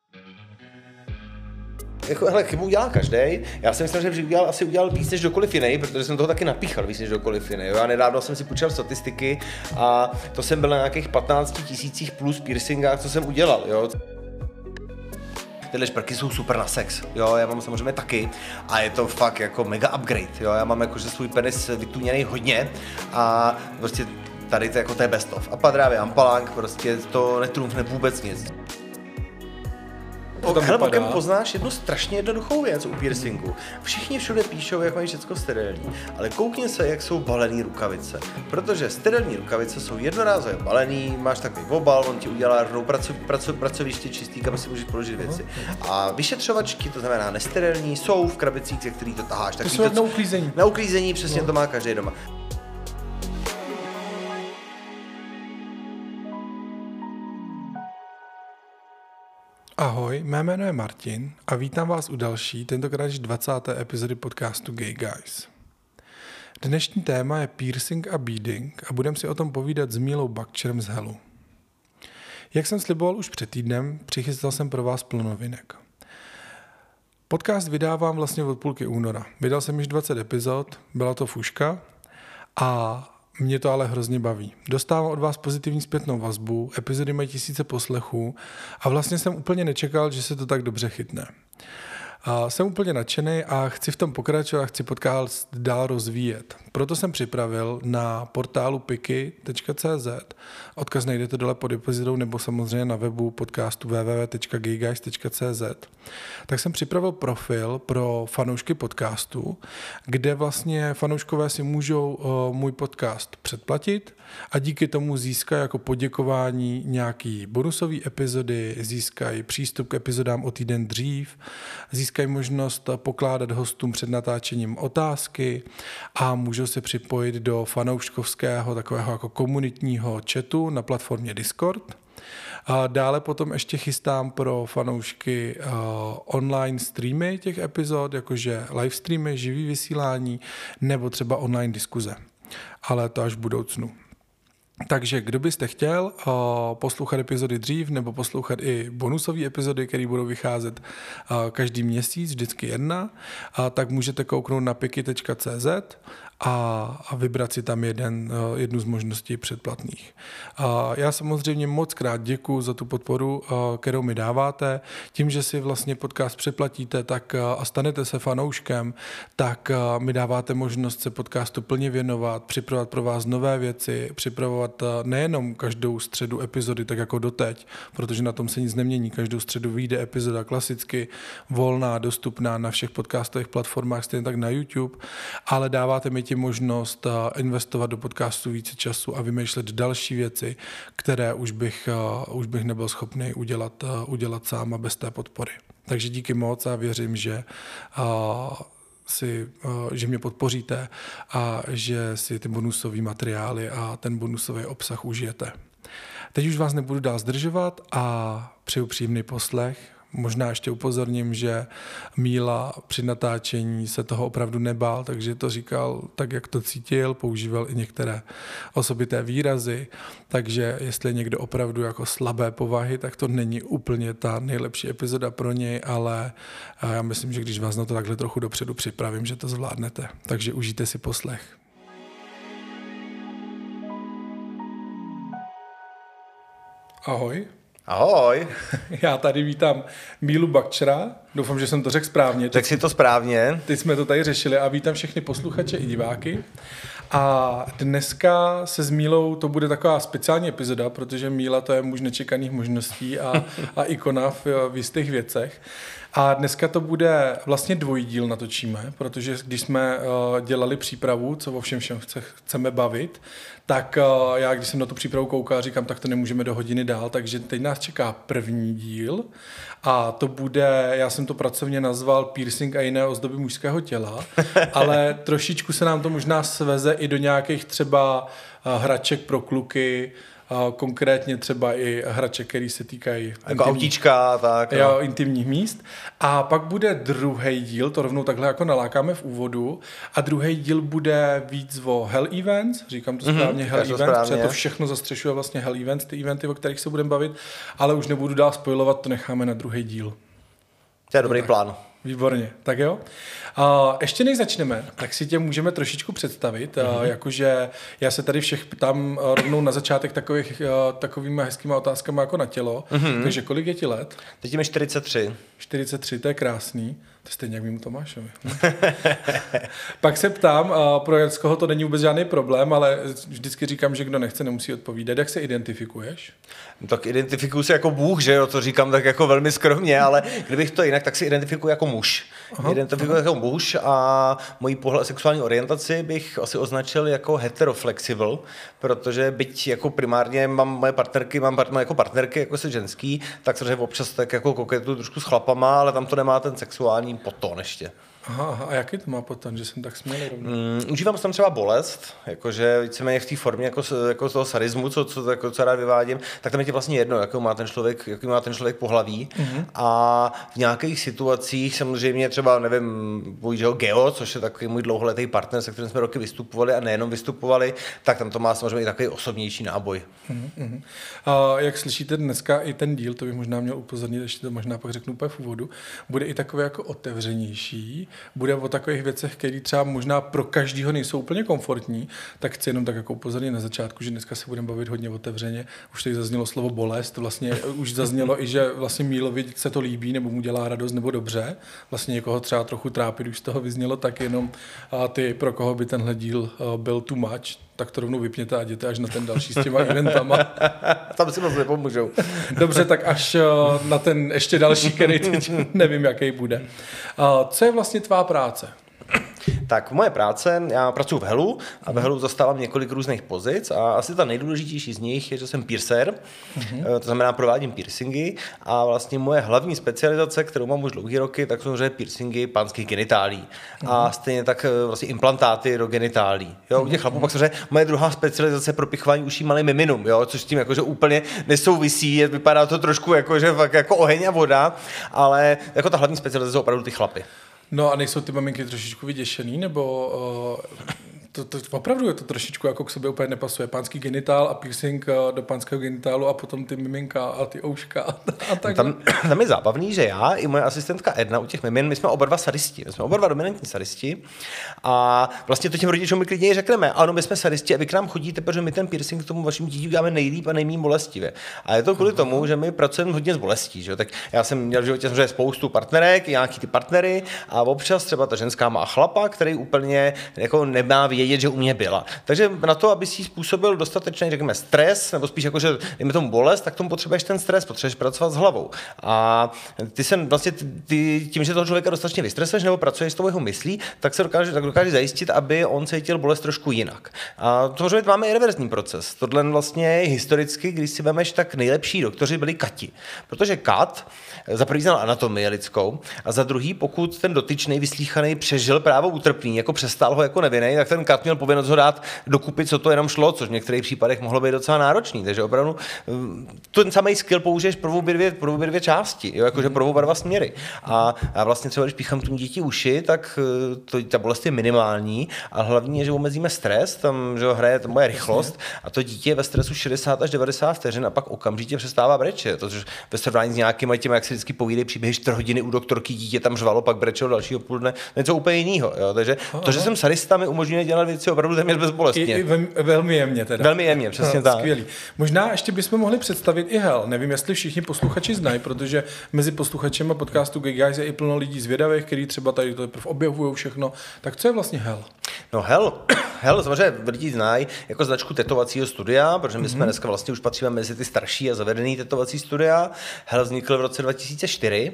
Jako, hele, chybu udělá každej. Já jsem myslel, že udělal víc než kdokoliv jiný, protože jsem toho taky napíchal víc než kdokoliv jiný. Já nedávno jsem si půjčil statistiky a to jsem byl na nějakých 15 000 plus piercingách, co jsem udělal, jo. Tyhle šperky jsou super na sex, jo, já mám samozřejmě taky a je to fakt jako mega upgrade, jo, já mám jakože svůj penis vytuněný hodně a prostě tady to jako to je best of. A padrávě Ampalang, prostě to netrumfne vůbec nic. Hele, Bokem, poznáš jednu strašně jednoduchou věc u piercingu. Všichni všude píšou, jak mají všecko sterilní, ale koukni se, jak jsou balený rukavice. Protože sterilní rukavice jsou jednorázově balený, máš takový obal, on ti udělá rovnou pracoviště čistý, kam si můžeš položit věci. A vyšetřovačky, to znamená nesterilní, jsou v krabicích, ze kterých to taháš. To jsou na uklízení. Na uklízení, přesně to má každý doma. Ahoj, mé jméno je Martin a vítám vás u další, tentokrát již 20. epizody podcastu Gay Guys. Dnešní téma je piercing a beading a budeme si o tom povídat s Mílou Bakčerem z Hellu. Jak jsem sliboval už před týdnem, přichystal jsem pro vás plno novinek. Podcast vydávám vlastně od půlky února. Vydal jsem již 20 epizod, byla to fuška a mě to ale hrozně baví. Dostávám od vás pozitivní zpětnou vazbu, epizody mají 1000 poslechů a vlastně jsem úplně nečekal, že se to tak dobře chytne. Jsem úplně nadšený a chci v tom pokračovat a chci podcast dál rozvíjet. Proto jsem připravil na portálu piky.cz, odkaz najdete dole pod epizodou nebo samozřejmě na webu podcastu www.gayguys.cz, tak jsem připravil profil pro fanoušky podcastu, kde vlastně fanouškové si můžou můj podcast předplatit a díky tomu získají jako poděkování nějaký bonusové epizody, získají přístup k epizodám o týden dřív, získají možnost pokládat hostům před natáčením otázky a můžou se připojit do fanouškovského takového jako komunitního chatu na platformě Discord. A dále potom ještě chystám pro fanoušky online streamy těch epizod, jakože live streamy, živý vysílání nebo třeba online diskuze. Ale to až v budoucnu. Takže kdo byste chtěl poslouchat epizody dřív nebo poslouchat i bonusové epizody, které budou vycházet každý měsíc, vždycky jedna, tak můžete kouknout na piky.cz a vybrat si tam jednu z možností předplatných. Já samozřejmě moc krát děkuju za tu podporu, kterou mi dáváte. Tím, že si vlastně podcast předplatíte a stanete se fanouškem, tak mi dáváte možnost se podcastu plně věnovat, připravovat pro vás nové věci, připravovat nejenom každou středu epizody, tak jako doteď, protože na tom se nic nemění. Každou středu vyjde epizoda klasicky, volná, dostupná na všech podcastových platformách, stejně tak na YouTube, ale dáváte mi tím možnost investovat do podcastu více času a vymýšlet další věci, které už bych nebyl schopný udělat sám a bez té podpory. Takže díky moc a věřím, že mě podpoříte a že si ty bonusové materiály a ten bonusový obsah užijete. Teď už vás nebudu dál zdržovat a přeju příjemný poslech. Možná ještě upozorním, že Míla při natáčení se toho opravdu nebál, takže to říkal tak, jak to cítil, používal i některé osobité výrazy, takže jestli je někdo opravdu jako slabé povahy, tak to není úplně ta nejlepší epizoda pro něj, ale já myslím, že když vás na to takhle trochu dopředu připravím, že to zvládnete. Takže užijte si poslech. Ahoj. Ahoj. Já tady vítám Mílu Bakčera, doufám, že jsem to řekl správně. Tak si to správně. Teď jsme to tady řešili a vítám všechny posluchače i diváky. A dneska se s Mílou, to bude taková speciální epizoda, protože Míla to je muž nečekaných možností a ikona v jistých věcech. A dneska to bude vlastně dvojdíl natočíme, protože když jsme dělali přípravu, co o všem chceme bavit, tak já, když jsem na tu přípravu koukal, říkám, tak to nemůžeme do hodiny dál, takže teď nás čeká první díl a to bude, já jsem to pracovně nazval piercing a jiné ozdoby mužského těla, ale trošičku se nám to možná sveze i do nějakých třeba hraček pro kluky, konkrétně třeba i hrače, které se týkají jako autíčka, tak. Jo, intimních míst. A pak bude druhý díl, to rovnou takhle jako nalákáme v úvodu, a druhý díl bude víc o Hell Events, říkám to správně, Hell Events, protože to všechno zastřešuje vlastně Hell Events, ty eventy, o kterých se budeme bavit, ale už nebudu dál spoilovat, to necháme na druhý díl. To je dobrý plán. Výborně, tak jo. Ještě než začneme, tak si tě můžeme trošičku představit, jakože já se tady všech ptám rovnou na začátek takovýma hezkýma otázkama jako na tělo, takže kolik je ti let? Teď mi 43. 43, to je krásný. To je stejně jak mimo Tomášovi. Pak se ptám, pro Jackoho to není vůbec žádný problém, ale vždycky říkám, že kdo nechce, nemusí odpovídat. Jak se identifikuješ? No, tak identifikuju se jako Bůh, že jo, to říkám tak jako velmi skromně, ale kdybych to jinak, tak si identifikuju jako muž. Identifikuju jako muž a moji sexuální orientaci bych asi označil jako heteroflexible, protože byť jako primárně mám moje partnerky, mám jako partnerky, jako se ženský, tak samozřejmě občas tak jako koketuju trošku s chlapama, ale tam to nemá ten sexuální podton ještě. Aha, a jaký to má potom, že jsem tak smělý rovnou? Užívám tam třeba bolest, jakože víceméně v té formě jako toho sadismu, co rád vyvádím, tak tam je ti vlastně jedno, jaký má ten člověk pohlaví. A v nějakých situacích samozřejmě třeba, nevím, můj Geo, což je takový můj dlouholetý partner, se kterým jsme roky vystupovali a nejenom vystupovali, tak tam to má samozřejmě i takový osobnější náboj. A jak slyšíte dneska i ten díl, to bych možná měl upozornit, ještě to možná pak řeknu úplně v úvodu, bude i takový jako otevřenější, bude o takových věcech, které třeba možná pro každýho nejsou úplně komfortní, tak chci jenom tak jako upozornit na začátku, že dneska se budeme bavit hodně otevřeně. Už tady zaznělo slovo bolest, vlastně už zaznělo i, že vlastně Mílovi se to líbí, nebo mu dělá radost, nebo dobře. Vlastně někoho třeba trochu trápí, už z toho vyznělo, tak jenom ty, pro koho by tenhle díl byl too much, tak to rovnou vypněte a jděte až na ten další s těma eventama. Tam si moc nepomůžou. Dobře, tak až na ten ještě další, který teď nevím, jaký bude. Co je vlastně tvá práce? Tak moje práce, já pracuji v Hellu a v Hellu zastávám několik různých pozic a asi ta nejdůležitější z nich je, že jsem piercer, to znamená provádím piercingy a vlastně moje hlavní specializace, kterou mám už dlouhý roky, tak jsou piercingy pánských genitálí a stejně tak vlastně implantáty do genitálí. Jo, u těch chlapů pak samozřejmě moje druhá specializace je propichování uší malým miminům, jo, což s tím jakože úplně nesouvisí, vypadá to trošku jakože fakt jako oheň a voda, ale jako ta hlavní specializace jsou opravdu ty chlapy. No a nejsou ty maminky trošičku vyděšený, nebo to opravdu je to trošičku jako k sobě úplně nepasuje. Pánský genitál a piercing do pánského genitálu a potom ty miminka a ty ouška a tak. Tam je zábavný, že já i moje asistentka Edna u těch mimin, my jsme oba dva sadisti, my jsme oba dva dominantní sadisti a vlastně to těm rodičům my klidně řekneme, ano, my jsme sadisti a vy k nám chodíte, protože my ten piercing k tomu vašim dítěti děláme nejlíp a nejméně bolestivě. A je to kvůli tomu, že my pracujeme hodně s bolestí, že? Tak já jsem měl v životě samozřejmě spoustu partnerek, nějaký ty partnery a občas třeba ta ženská má chlapa, který úplně jako nemá vědět, že u mě byla. Takže na to, aby si způsobil dostatečný, řekněme, stres, nebo spíš jako, že dejme tomu bolest, tak tomu potřebuješ ten stres, potřebuješ pracovat s hlavou. A ty se vlastně tím, že toho člověka dostatečně vystresuješ nebo pracuješ s tou jeho myslí, tak se dokáže zajistit, aby on cítil bolest trošku jinak. A to máme i reverzní proces. Tohle vlastně je historicky, když si vemeš, tak nejlepší doktoři byli kati. Protože kat za první znal anatomii lidskou a za druhý, pokud ten dotyčný vyslíchaný přežil právo utrpení, jako přestál ho jako nevinný, tak ten kat měl povinnost ho dát dokupy, co to jenom šlo, což v některých případech mohlo být docela náročný. Takže opravdu ten samý skill použiješ pro obě dvě části, jo, jakože pro oba dva směry. A vlastně třeba, když píchám tomu dítě uši, tak ta bolest je minimální a hlavně je, že omezíme stres, tam že hraje moje rychlost a to dítě je ve stresu 60 až 90 vteřin a pak okamžitě přestává brečet. Což ve srovnání s nějakými těmi, jak se vždycky povídají příběhy 4 hodiny u doktorky, dítě tam řvalo, pak brečelo dalšího půl dne, něco úplně jiného. Takže to, že jsem sadista, mi umožňuje dělat věci opravdu téměř bezbolestně. Velmi jemně teda. Velmi jemně, přesně tak. Skvělý. Možná ještě bychom mohli představit i Hell. Nevím, jestli všichni posluchači znají, protože mezi posluchačemi podcastu Gay Guys je i plno lidí zvědavých, kteří třeba tady to objevují všechno. Tak co je vlastně Hell? No Hell samozřejmě lidi znají jako značku tetovacího studia, protože my jsme dneska vlastně už patříme mezi ty starší a zavedený tetovací studia. Hell vznikl v roce 2004,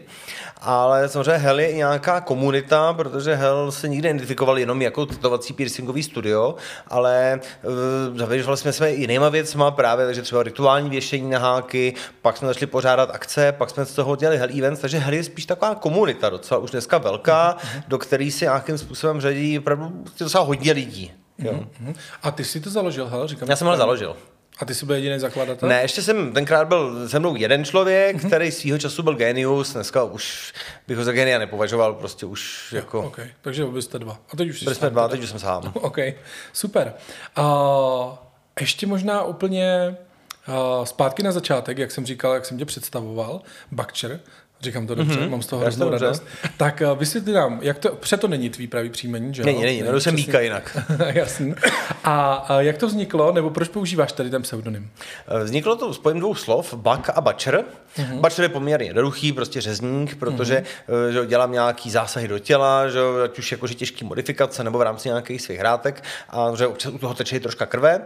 ale samozřejmě Hell je i nějaká komunita, protože Hell se nikdy identifikoval jenom jako tetovací piercingový studio, ale zavěřovali jsme se i jinýma věcma právě, takže třeba rituální věšení na háky, pak jsme začali pořádat akce, pak jsme z toho dělali Hell Events, takže Hell je spíš taková komunita, docela už dneska velká, do který si nějakým způsobem řadí opravdu docela hodně lidí. Jo. A ty jsi to založil, Hell? Já jsem ho založil. A ty jsi byl jediný zakladatel? Ne, ještě tenkrát byl se mnou jeden člověk, který svýho času byl genius, dneska už bych ho za genia nepovažoval, prostě už jako... Okay. Takže byli jste dva. A teď už jsme dva, teď už jsem sám. OK, super. Ještě možná úplně zpátky na začátek, jak jsem říkal, jak jsem tě představoval, Bakčer, říkám to dobře, mám z toho hroznou radost. Tak vysvětli nám, jak to, to není tvý pravý příjmení, že jo? Není, jmenuji se Míka jinak. Jasný. A jak to vzniklo, nebo proč používáš tady ten pseudonym? Vzniklo to spojím dvou slov, Bak a Bačer. Bačer je poměrně jednoduchý, prostě řezník, protože že dělám nějaký zásahy do těla, že ať už jakože těžký modifikace, nebo v rámci nějakých svých hrátek, a že občas u toho teče troška krve.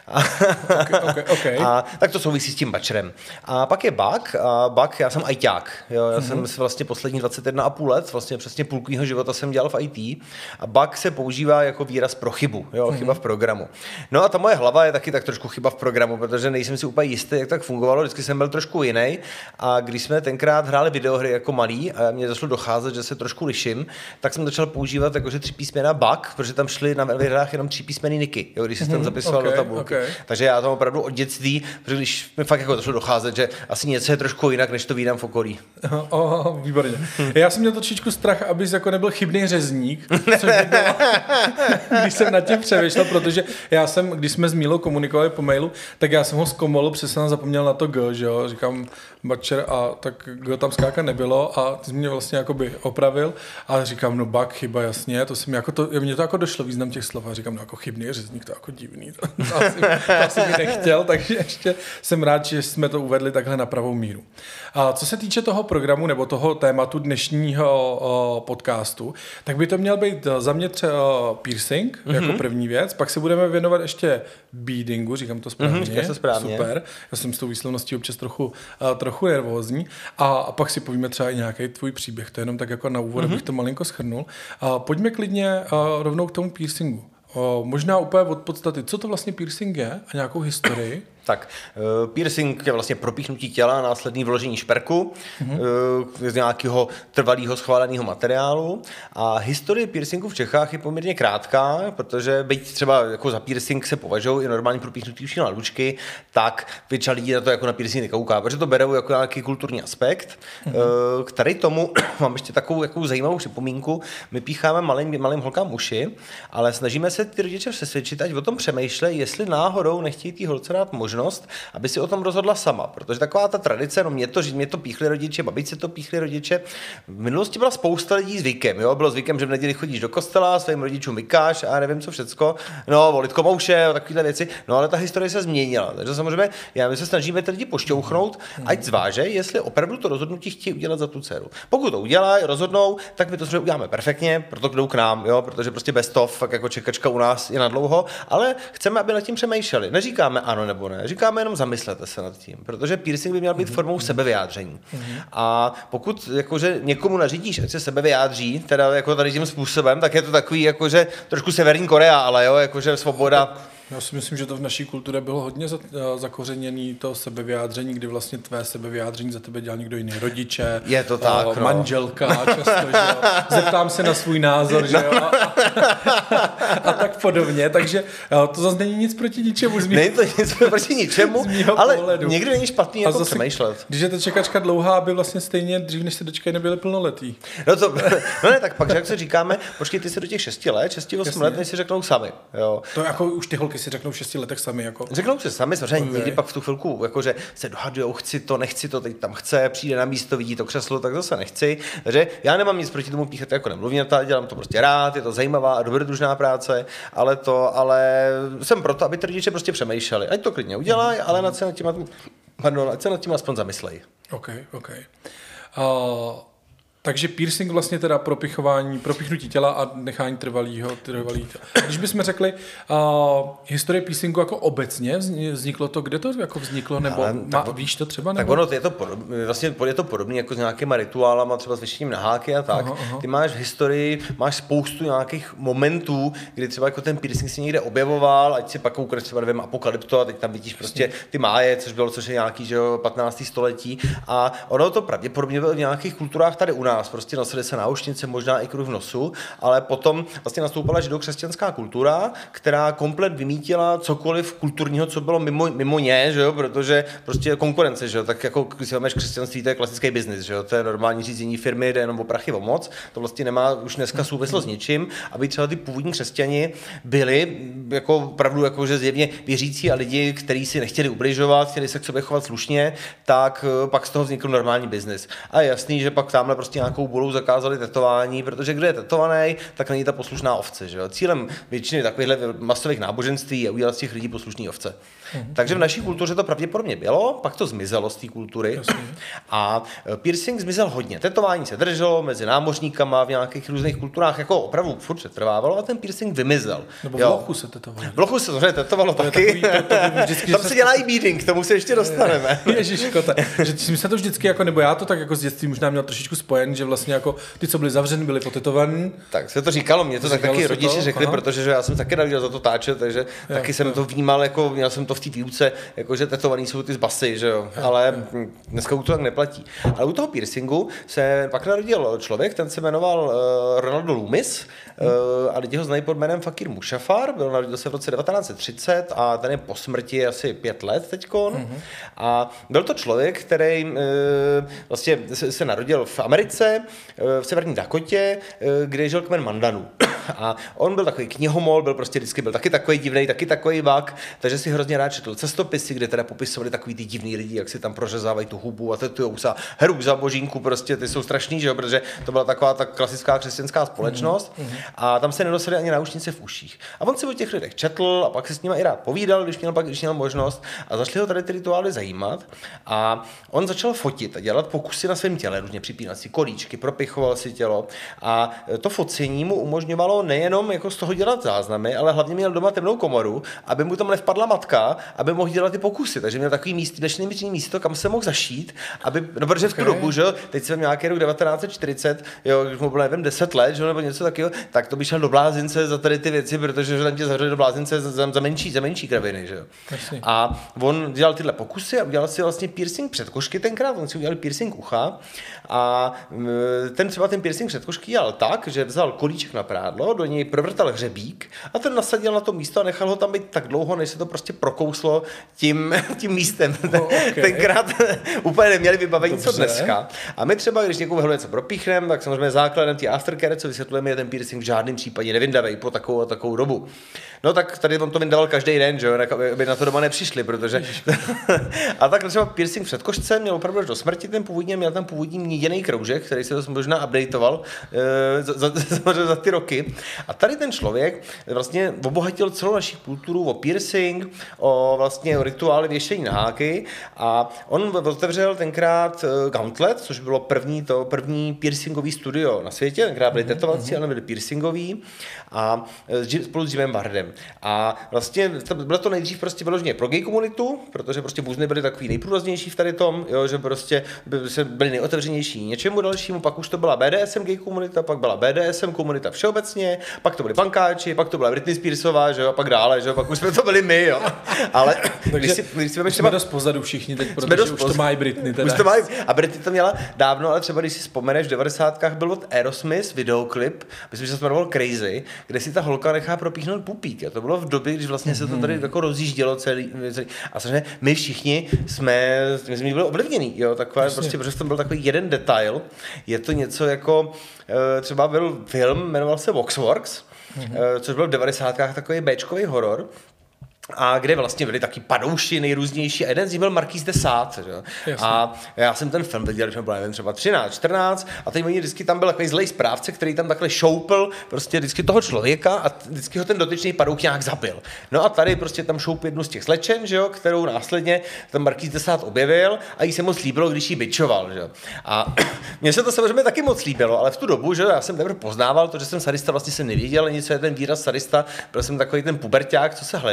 Okay. A tak to souvisí s tím Bačerem. A pak je Bak, a Bak, já jsem ajťák. Já jsem vlastně poslední 21,5 let, vlastně přesně půlku mého života jsem dělal v IT, a bug se používá jako výraz pro chybu, chyba v programu. No a ta moje hlava je taky tak trošku chyba v programu, protože nejsem si úplně jistý, jak tak fungovalo, vždycky jsem byl trošku jiný, a když jsme tenkrát hráli videohry jako malí a mě začalo docházet, že se trošku liším, tak jsem začal používat jakože 3 písmena bug, protože tam šly na hrách jenom 3 písmeny niky, když jsem tam zapisoval do tabulky. Takže já tam opravdu od dětství, protože když mi fakt jako začalo docházet, že asi něco je trošku jinak, než to vídám v okolí. Výborně. Já jsem měl trošičku strach, abys jako nebyl chybný řezník, což bylo, když jsem nad tím přemýšlel, protože já jsem, když jsme s Mílou komunikovali po mailu, tak já jsem ho zkomolil, přesně zapomněl na to G, že jo, říkám Bačer, a tak G tam skáka nebylo, a ty jsi mě vlastně jakoby opravil a říkám, no bug, chyba, jasně, to jsem jako mě to jako došlo význam těch slov, a říkám, no jako chybný řezník, to jako divný, to asi mi nechtěl, takže ještě jsem rád, že jsme to uvedli takhle na pravou míru. A co se týče toho programu nebo toho tématu dnešního podcastu, tak by to měl být za mě třeba piercing jako první věc, pak se budeme věnovat ještě beadingu, říkám to správně, super, já jsem s tou výslovností občas trochu nervózní, a pak si povíme třeba i nějaký tvůj příběh, to je jenom tak jako na úvod, abych to malinko shrnul. Pojďme klidně rovnou k tomu piercingu. Možná úplně od podstaty, co to vlastně piercing je a nějakou historii. Tak, piercing je vlastně propíchnutí těla, následný vložení šperku z nějakého trvalého schváleného materiálu. A historie piercingu v Čechách je poměrně krátká, protože byť třeba jako za piercing se považují i normální propíchnutí uší na lůžky, tak většina lidí na to jako na piercing nekouká, protože to berou jako nějaký kulturní aspekt, který tomu, mám ještě takovou zajímavou připomínku, my pícháme malým holkám uši, ale snažíme se ty rodiče přesvědčit, ať o tom přemýšlej, jestli náhodou nechtějí tý holce dát možnost, aby si o tom rozhodla sama, protože taková ta tradice, no mě to píchli rodiče, babičce to píchli rodiče. V minulosti byla spousta lidí zvykem, jo, bylo zvykem, že v neděli chodíš do kostela, svým rodičům vykáš a nevím co všecko, no, volit komouše a takovéhle věci, no ale ta historie se změnila, takže samozřejmě my se snažíme ty lidi pošťouchnout, ať zvážej, jestli opravdu to rozhodnutí chtějí udělat za tu dceru. Pokud to udělají, rozhodnou, tak my to samozřejmě uděláme perfektně, proto jdou k nám, jo, protože prostě bez toho fakt jako čekačka u nás je na dlouho, ale chceme, aby nad tím přemýšleli. Neříkáme ano nebo ne, říkáme jenom zamyslete se nad tím, protože piercing by měl být formou sebevyjádření. A pokud jakože někomu nařídíš, ať se sebevyjádří, teda jako tady tím způsobem, tak je to takový jakože trošku Severní Korea, ale jo, jakože svoboda. Já si myslím, že to v naší kultuře bylo hodně zakořeněné to sebevyjádření, kdy vlastně tvé sebevyjádření za tebe dělal někdo jiný, rodiče, je to tak, manželka, často, že jo, zeptám se na svůj názor, že jo, a tak podobně, takže to zase není nic proti ničemu. Není to nic proti ničemu, ale pohledu. Někdy není špatný jako přemýšlet. Když je ta čekačka dlouhá, aby vlastně stejně dřív, než se dočkají, nebyli plnoletí. No ne, tak pak, jak se říkáme, počkej, ty se do těch 6-8 let, než si řeknou sami. Jo. To jako už ty holky si řeknou v 6 letech sami. Jako. Řeknou si sami, samozřejmě někdy pak v tu chvilku, jakože se dohadujou, chci to, nechci to, teď tam chce, přijde na místo, vidí to křeslo, tak zase nechci. Takže já nemám nic proti tomu píchat, jako nemluvím, dělám to prostě rád, je to zajímavá a dobrodružná práce, ale jsem proto, aby ty rodiče prostě přemýšleli. Ať to klidně udělají, ale ať se nad tím aspoň zamyslejí. OK. Takže piercing vlastně teda propichnutí těla a nechání trvalého. Když bychom řekli historie piercingu jako obecně, vzniklo to, kde to jako vzniklo, nebo víš to třeba? Nebo? Tak ono je to podobné jako s nějakýma rituálama, třeba s věštěním na háky a tak. Ty máš v historii, máš spoustu nějakých momentů, kdy třeba jako ten piercing si někde objevoval, ať si pak koukneš třeba nevím Apokalypto a teď tam vidíš prostě ty máje, což je nějaký, že jo, 15. století, a ono to pravděpodobně bylo v nějakých kulturách tady u nás. nás, prostě nosili se náušnice, možná i kruh v nosu, ale potom vlastně nastoupila židokřesťanská kultura, která komplet vymítila cokoliv kulturního, co bylo mimo ně, že jo, protože prostě konkurence, že jo, tak jako když si vezmeš křesťanství, to je klasický biznis, že jo, to je normální řízení firmy, jde jenom o prachy, o moc, to vlastně nemá už dneska souvislost s ničím, aby třeba ty původní křesťani byli jako opravdu jakože zjevně věřící a lidi, kteří si nechtěli ubližovat, chtěli se k sobě chovat slušně, tak pak z toho vznikl normální biznis. A je jasný, že pak tamhle prostě nějakou budou zakázali tetování, protože kdo je tetovaný, tak není ta poslušná ovce, že jo. Cílem většiny takovýchhle masových náboženství je udělat z těch lidí poslušný ovce. Takže v naší kultuře to pravděpodobně bylo, pak to zmizelo z té kultury. Jasně. A piercing zmizel hodně. Tetování se drželo mezi námořníkama v nějakých různých kulturách, jako opravdu furt přetrvávalo a ten piercing vymizel. Nebo v lochu se tetovalo. V lochu se to tetovalo taky. Tam se dělá i beading, k tomu se ještě dostaneme. Ježiško, že my jsme to vždycky jako, nebo já to tak jako z dětství možná měl trošičku spojen, že vlastně jako ty, co byli zavřeni, byli potetovaní. Tak se to říkalo, mě to tak taky rodiče řekli, protože že já jsem taky narodil za to táče, takže taky jsem to vnímal, jako měl jsem to v té výuce, jako že tetovaný jsou ty z basy, že jo. Ale dneska už to tak neplatí. Ale u toho piercingu se pak narodil člověk, ten se jmenoval Ronaldo Loomis a lidi ho znají pod jménem Fakir Mušafar, narodil se v roce 1930 a ten je po smrti asi 5 let teďkon. A byl to člověk, který vlastně se narodil v Americe, v severní Dakotě, kde žil kmen Mandanů. A on byl takový knihomol, byl prostě vždycky byl taky takový divnej, taky takový vak, takže si hrozně rád četl cestopisy, kde teda popisovali takový ty divný lidi, jak si tam prořezávají tu hubu a tetujou se heru za božínku, prostě ty jsou strašný, že jo, protože to byla taková ta klasická křesťanská společnost a tam se nenosili ani náušnice v uších. A on si o těch lidech četl a pak se s nimi i rád povídal, když měl možnost a začali ho tady ty rituály zajímat a on začal fotit a dělat pokusy na svém těle, různě připínat si kolíčky, propichoval si tělo a to focení mu umožňovalo nejenom jako z toho dělat záznamy, ale hlavně měl doma temnou komoru, aby mu tam nevpadla matka, aby mohl dělat ty pokusy. Takže měl takový dnešní místo, kam se mohl zašít, aby, no protože v tu dobu, že teď jsem nějaký rok 1940, jo, když mu bylo nevím 10 let, že, nebo něco takového, tak to by šel do blázince za tady ty věci, protože tam tě zavřeli do blázince za menší kraviny, že jo. A on dělal tyhle pokusy a udělal si vlastně piercing předkošky tenkrát, on si udělal piercing ucha a ten piercing předkošky dělal tak, že vzal kolíček na prádlo, do něj provrtal hřebík a ten nasadil na to místo a nechal ho tam být tak dlouho, než se to prostě prokouslo tím místem. Tenkrát úplně neměli vybavení, co dneska. A my třeba, když někomu něco propíchneme, tak samozřejmě základem ty aftercare, co vysvětlujeme, je ten piercing v žádném případě nevindavej po takovou a takovou dobu. No tak tady on to vyndaval každý den, že jo, aby na to doma nepřišli, protože a tak třeba piercing před košce měl opravdu až do smrti, měl ten původní měděný kroužek, který se to možná updateoval za ty roky. A tady ten člověk vlastně obohatil celou naši kulturu o piercing, o rituály věšení na háky a on otevřel tenkrát Gauntlet, což bylo první piercingový studio na světě, tenkrát byli tetovací, ale byli piercingový a spolu s Jimem Bardem. A vlastně bylo to nejdřív prostě vyloženě pro gay komunitu, protože prostě buzny byly takový nejprůraznější v tady tom, jo, že prostě byli nejotevřenější něčemu dalšímu, pak už to byla BDSM gay komunita, pak byla BDSM komunita všeobecně, pak to byli pankáči, pak to byla Britney Spearsová, že jo, a pak dále, že jo, pak už jsme to byli my, jo. Ale když si jsme dost pozadu všichni teď, protože už to má i Britney teda. Už to má, a Britney to měla dávno, ale třeba když si vzpomeneš, v 90kách byl od Aerosmith videoklip, myslím, že se jmenoval Crazy, kde si ta holka nechá propíchnout pupík. A to bylo v době, když vlastně se to tady jako rozjíždělo celý. A samozřejmě my všichni jsme byli ovlivnění, jo, takové prostě, protože tam byl takový jeden detail. Je to něco jako, třeba byl film, jmenoval se Waxworks, což byl v 90kách takový béčkový horor. A kde vlastně byli taky padouši nejrůznější. A jeden z nich byl Marquis de Sade. A já jsem ten film viděl, když jsem byl, nevím, třeba 13, 14 a teď oni vždycky tam byl takový zlej správce, který tam takhle šoupl prostě vždycky toho člověka a vždycky ho ten dotyčný padouk nějak zabil. No a tady prostě tam šoup jednu z těch slečen, že jo, kterou následně ten Marquis de Sade objevil a jí se moc líbilo, když jí bičoval. Že jo. A mně se to samozřejmě taky moc líbilo, ale v tu dobu, že já jsem teprve poznával to, že jsem sadista, vlastně jsem nevěděl nic, co je ten výraz sadista, byl jsem takový ten puberťák, co se hledal.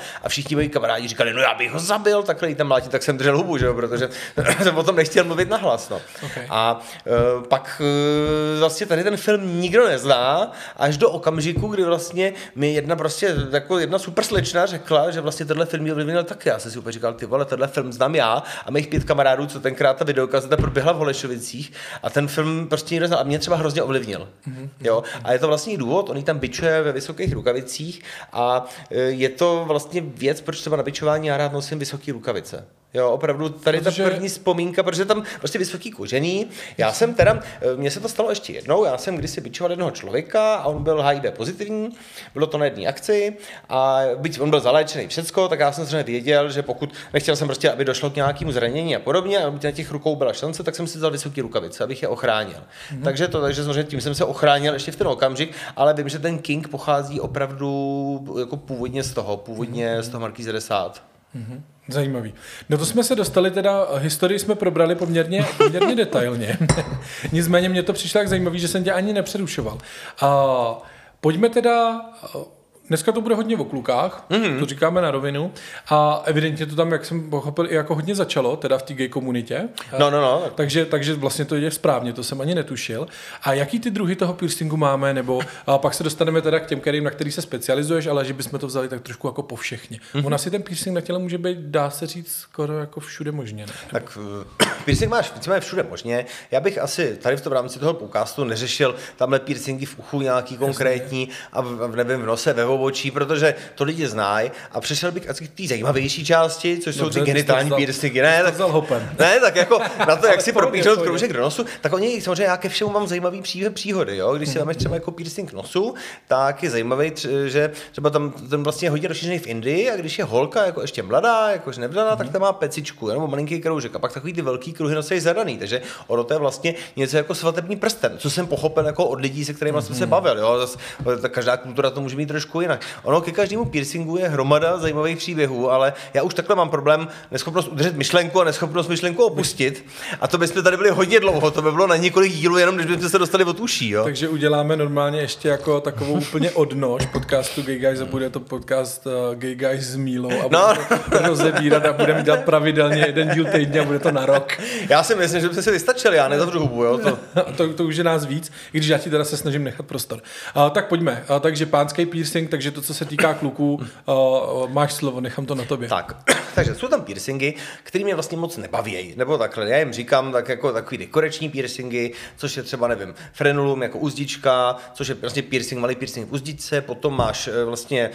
a všichni moji kamarádi říkali, no já bych ho zabil, takhle tam mlátit, tak jsem držel hubu, že jo, protože jsem o tom nechtěl mluvit nahlas, no. Okay. A pak vlastně tady ten film nikdo nezná, až do okamžiku, kdy vlastně mi jedna super slečna řekla, že vlastně tenhle film mě ovlivnil taky. Já jsem si úplně říkal, ty vole, tenhle film znám já a mých 5 kamarádů, co tenkrát ta videokazeta proběhla v Holešovicích a ten film prostě nikdo znal a mě třeba hrozně ovlivnil. Jo? A je to vlastně důvod, on ji tam bičuje ve vysokých rukavicích a je to vlastně věc, proč třeba na bičování já rád nosím vysoké rukavice. Jo, opravdu tady ta první vzpomínka, protože tam prostě vysoký kožený. Já jsem teda, mně se to stalo ještě jednou, já jsem kdysi bičoval jednoho člověka a on byl HIV pozitivní, bylo to na jedné akci a byť on byl zaléčený všecko, tak já jsem samozřejmě věděl, že pokud nechtěl jsem prostě, aby došlo k nějakému zranění a podobně, a na těch rukou byla šance, tak jsem si vzal vysoké rukavice, abych je ochránil. Takže samozřejmě tím jsem se ochránil ještě v ten okamžik, ale vím, že ten King pochází opravdu jako původně z toho Marquise de Sade. Zajímavý. No to jsme se dostali teda, historii jsme probrali poměrně detailně. Nicméně mě to přišlo tak zajímavý, že jsem tě ani nepřerušoval. Pojďme teda, dneska to bude hodně o klukách, to říkáme na rovinu a evidentně to tam, jak jsem pochopil, i jako hodně začalo, teda v té gay komunitě. No. Takže vlastně to jde správně, to jsem ani netušil. A jaký ty druhy toho piercingu máme, nebo pak se dostaneme teda k těm, na který se specializuješ, ale že bychom to vzali tak trošku jako po všechny. On asi ten piercing na těle může být, dá se říct, skoro jako všude možně. Ne? Tak piercing máš všude možně. Já bych asi tady v rámci toho podcastu neřešil tamhle piercingy v uchu nějaký konkrétní a nevím, v nose, ve obočí, protože to lidi znají a přešel bych asi k té zajímavější části, což jsou ty genitální piercingy. Ne, tak jako na to, jak si propíchnout kroužek do nosu, tak oni samozřejmě já ke všemu mám zajímavý příhody, jo? Když si dáme třeba jako piercing nosu, tak je zajímavý, že třeba tam ten vlastně je hodně rozšířený v Indii a když je holka jako ještě mladá, jakož nevdaná, tak tam má pecičku, nebo malinký kroužek a pak takový ty velký kruhy nosí zadaný, takže ono to je vlastně něco jako svatební prsten, co jsem pochopil jako od lidí, se kterými jsem se bavil, jo? Každá kultura to může mít trošku jinak. Ono ke každému piercingu je hromada zajímavých příběhů, ale já už takhle mám problém neschopnost udržet myšlenku a neschopnost myšlenku opustit. A to bychom tady byli hodně dlouho, to by bylo na několik dílů, jenom když bychom se dostali od uší, jo. Takže uděláme normálně ještě jako takovou úplně odnož podcastu Gay Guys a bude to podcast Gay Guys s Mílou a budeme to rozebírat a budeme dělat pravidelně jeden díl týdně a bude to na rok. Já si myslím, že byste si vystačili, já nezavřu hubu, jo. To už je nás víc, i když já ti teda se snažím nechat prostor. Tak pojďme. Takže pánský piercing, takže to, co se týká kluků, máš slovo, nechám to na tobě. Tak, takže jsou tam piercingy, které mě vlastně moc nebaví, nebo takhle, já jim říkám tak jako takový dekorační piercingy, což je třeba, nevím, frenulum jako uzdička, což je vlastně piercing, malý piercing v uzdičce, potom máš vlastně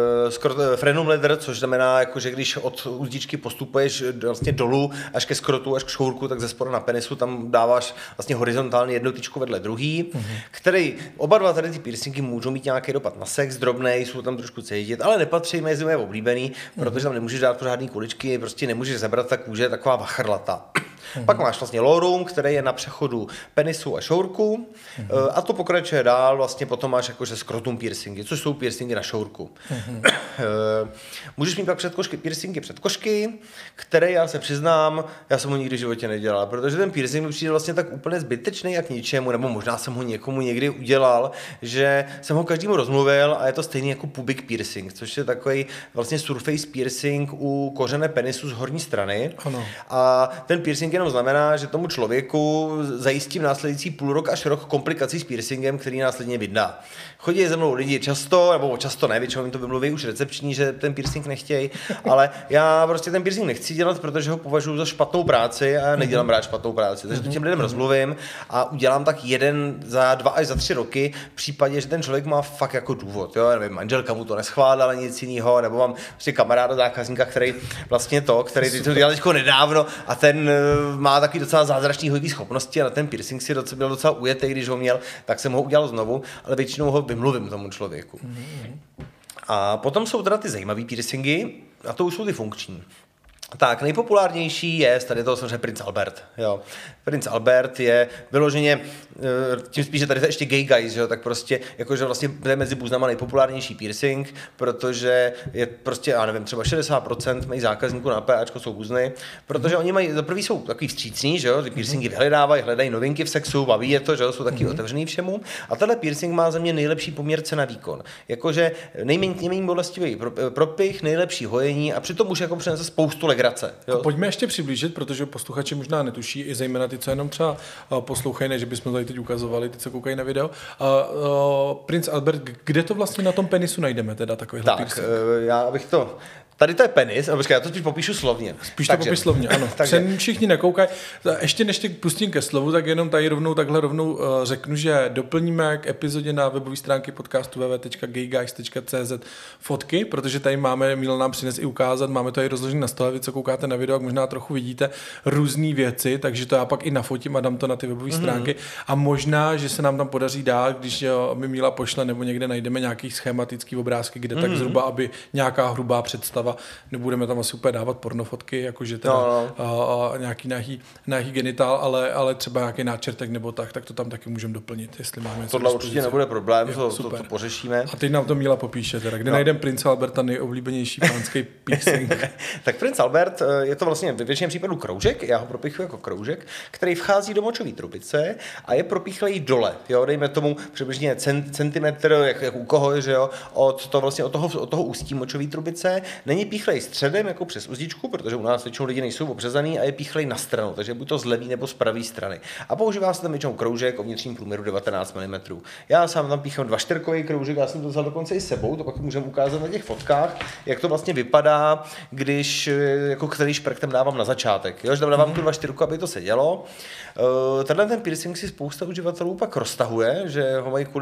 frenum leather, což znamená, jako, že když od uzdičky postupuješ vlastně dolů až ke skrotu, až k šourku, tak ze spoda na penisu tam dáváš vlastně horizontálně jednu tyčku vedle druhý, který oba dva tady ty piercingy můžou mít nějaký dopad na sex, drobnej, jsou tam trošku cítit, ale nepatří mezi moje oblíbený, protože tam nemůžeš dát pořádný kuličky, prostě nemůžeš zabrat, ta kůže je taková vachrlata. Pak máš vlastně lorum, který je na přechodu penisu a šourku a to pokračuje dál, vlastně potom máš jakože skrotum piercingy, což jsou piercingy na šourku. Můžeš mít pak piercingy předkošky, které já se přiznám, já jsem ho nikdy v životě nedělal, protože ten piercing mi přijde vlastně tak úplně zbytečný jak ničemu, nebo možná jsem ho někomu někdy udělal, že jsem ho každému rozmluvil a je to stejný jako pubic piercing, což je takový vlastně surface piercing u kořene penisu z horní strany. Ano. A ten piercing jenom znamená, že tomu člověku zajistím následující půl rok až rok komplikací s piercingem, který následně vydá. Chodí ze mnou lidi často, nebo často ne, většinou jim to vymluví už recepční, že ten piercing nechtějí, ale já prostě ten piercing nechci dělat, protože ho považuji za špatnou práci a nedělám rád špatnou práci. Takže to těm lidem rozmluvím a udělám tak jeden za 2 až za 3 roky v případě, že ten člověk má fakt jako důvod. Jo? Nevím, manželka mu to neschválila, nic jiného, nebo mám prostě kamaráda zákazníka, který vlastně který to dělal teďko nedávno a ten má taky docela zázračný hojivý schopnosti a na ten piercing si byl docela ujetý, když ho měl, tak jsem ho udělal znovu, ale většinou ho vymluvím tomu člověku. A potom jsou teda ty zajímavý piercingy a to už jsou ty funkční. Tak, nejpopulárnější je, tady je to samozřejmě princ Albert. Jo. Princ Albert je vyloženě tím spíš, že tady to ještě gay guys, že jo, tak prostě, jakože vlastně to je mezi buznama nejpopulárnější piercing, protože je prostě, já nevím, třeba 60% mají zákazníků na PAčko jsou buzny, protože oni mají, za prvý jsou takový vstřícní, že jo, ty piercingy vyhledávají, hledají novinky v sexu, baví je to, že jo, jsou taky otevřený všemu. A tenhle piercing má za mě nejlepší poměr cena výkon. Jakože nejméně bolestivý propich, nejlepší hojení a přitom už jako přinese spoustu legrace. Jo. A pojďme ještě přiblížit, protože posluchači možná netuší, i zejména ty, co jenom třeba poslouchají, než bychom tady teď ukazovali, ty, co koukají na video. Princ Albert, kde to vlastně na tom penisu najdeme teda takovýhle piercing? Já bych to... Tady to je penis, ale počkej, já to spíš popíšu slovně. Spíš to popiš slovně, ano. Takže všichni nekoukají. Ještě než tě pustím ke slovu, tak jenom tady rovnou řeknu, že doplníme k epizodě na webové stránky podcastu www.gayguys.cz fotky, protože tady máme, Míla nám přines i ukázat, máme to tady rozložené na stole, vy co koukáte na video, jak možná trochu vidíte různé věci, takže to já pak i nafotím a dám to na ty webové stránky a možná, že se nám tam podaří dát, když mi Míla pošle nebo někde najdeme nějaký schematický obrázky, kde tak zhruba, aby nějaká hrubá představa. Nebudeme tam asi úplně dávat pornofotky, jakože teda nějaký nahý genitál, ale třeba nějaký náčrtek nebo tak to tam taky můžeme doplnit, jestli máme něco. Tohle určitě nebude problém, to pořešíme. A teď nám to Míla popíše, teda, kde najdeme Prince Alberta nejoblíbenější pánský piercing. Tak Prince Albert je to vlastně ve většině případů kroužek, já ho propíchuji jako kroužek, který vchází do močové trubice a je propíchlej dole, jo, dejme tomu přibližně centimetr, jak u koho, že jo, od toho ústí močové trubice. Není píchlej středem jako přes uzdičku, protože u nás většinou lidi nejsou obřezaný a je píchlej na stranu, takže buď to z levý nebo z pravé strany. A používá se tam většinou kroužek o vnitřním průměru 19 mm. Já sám tam píchám 2čtvrkový kroužek, já jsem to vzal dokonce i sebou, to pak můžeme ukázat na těch fotkách, jak to vlastně vypadá, když jako který šprk tam dávám na začátek. Jo, že tam dávám tu 2čtvrku, aby to sedělo. Tenhle ten piercing si spousta uživatelů pak roztahuje, že ho mají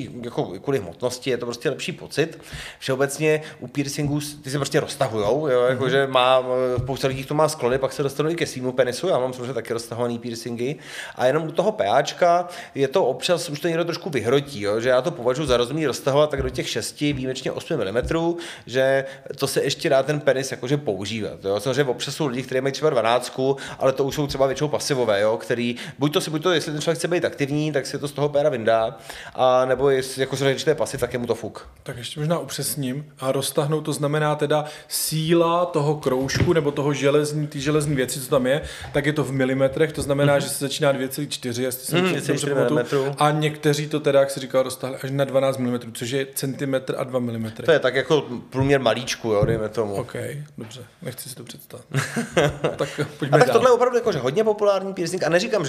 kvůli hmotnosti, je to prostě lepší pocit. Všeobecně u piercingů ty se prostě roztahujou, jo, jakože spousta lidí to má sklony, pak se dostanou i ke svýmu penisu, já mám samozřejmě taky roztahovaný piercingy a jenom u toho PAčka je to občas, už to někdo trošku vyhrotí, jo, že já to považuji za rozumný roztahovat tak do těch 6, výjimečně 8 mm, že to se ještě dá ten penis jakože používat, jo, samozřejmě občas jsou lidi, kteří mají třeba 12, ale to už jsou třeba většinou pasivové, jo, který buď to, jestli ten člověk chce být aktivní, tak si to z toho péra vyndá, a nebo jestli jako se je pasiv, tak je mu to fuk. Tak ještě možná upřesním, a roztahnout to znamená teda síla toho kroužku nebo toho železní věci, co tam je, tak je to v milimetrech, to znamená, že se začíná 2,4, jestli jsem dobře pamatuju, a někteří to teda, jak se říkal, roztahli až na 12 mm, což je centimetr a 2 mm. To je tak jako průměr malíčku, jo, dejme tomu. OK, dobře, nechci si to představit. Tak pojďme tak tohle je opravdu jakože hodně populární piercing a neříkám,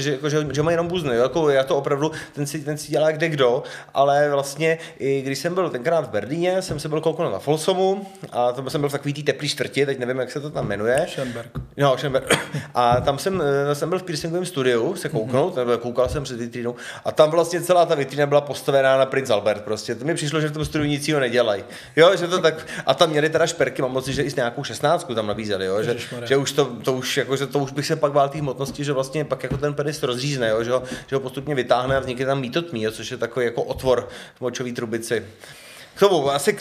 že má jenom buzny, jo, jako já to opravdu, ten si dělá kde kdo, ale vlastně, i když jsem byl tenkrát v Berlíně, jsem se byl kouknout na Folsomu a tam jsem byl v takový tý teplý čtvrti, teď nevím, jak se to tam jmenuje. Schönberg. No, Schönberg. A tam jsem byl v piercingovém studiu se kouknout, koukal jsem před vitrínou a tam vlastně celá ta vitrína byla postavená na Prince Albert prostě. To mi přišlo, že v tom studiu nic jiného nedělají. Jo, že to tak, a tam měli teda šperky, mám moci, že i s nějakou 16 tam nabízeli, jo, že už to už bych se pak bál té hmotnosti, že vlastně pak jako ten penis rozřízne, jo, že ho postupně vytáhne a vznikne tam mítotmí, což je takový jako otvor v močové trubici. K tomu asi...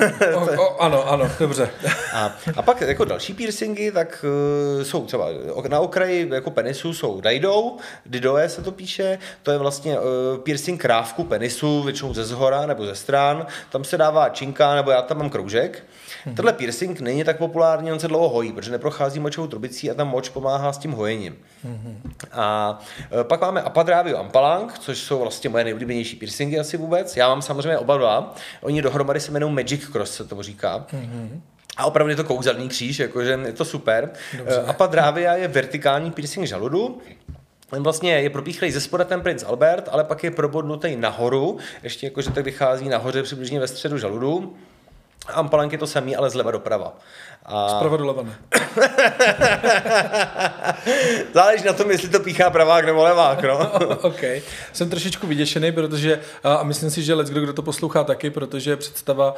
Ano, dobře. A pak jako další piercingy, tak jsou třeba na okraji jako penisu jsou didoe se to píše, to je vlastně piercing krávku penisu, většinou ze zhora nebo ze stran, tam se dává činka, nebo já tam mám kroužek. Tenhle piercing není tak populární, on se dlouho hojí, protože neprochází močovou trubicí a tam moč pomáhá s tím hojením. A pak máme Apadravio Ampalang, což jsou vlastně moje nejoblíbenější piercingy asi vůbec. Já mám samozřejmě oba dva. Oni dohromady se jmenují Magic Cross, se tomu říká. A opravdu je to kouzelný kříž, jakože je to super. Apadravia je vertikální piercing žaludu. Ten vlastně je propíchlej ze spoda ten Prince Albert, ale pak je probodnutý nahoru, ještě jakože tak vychází nahoře přibližně ve středu žaludu. Ampalang je to samý, ale zleva doprava. Zprava doleva ne. Záleží na tom, jestli to píchá pravák nebo levák, no. OK. Jsem trošičku vyděšený, protože, a myslím si, že kdo to poslouchá taky, protože představa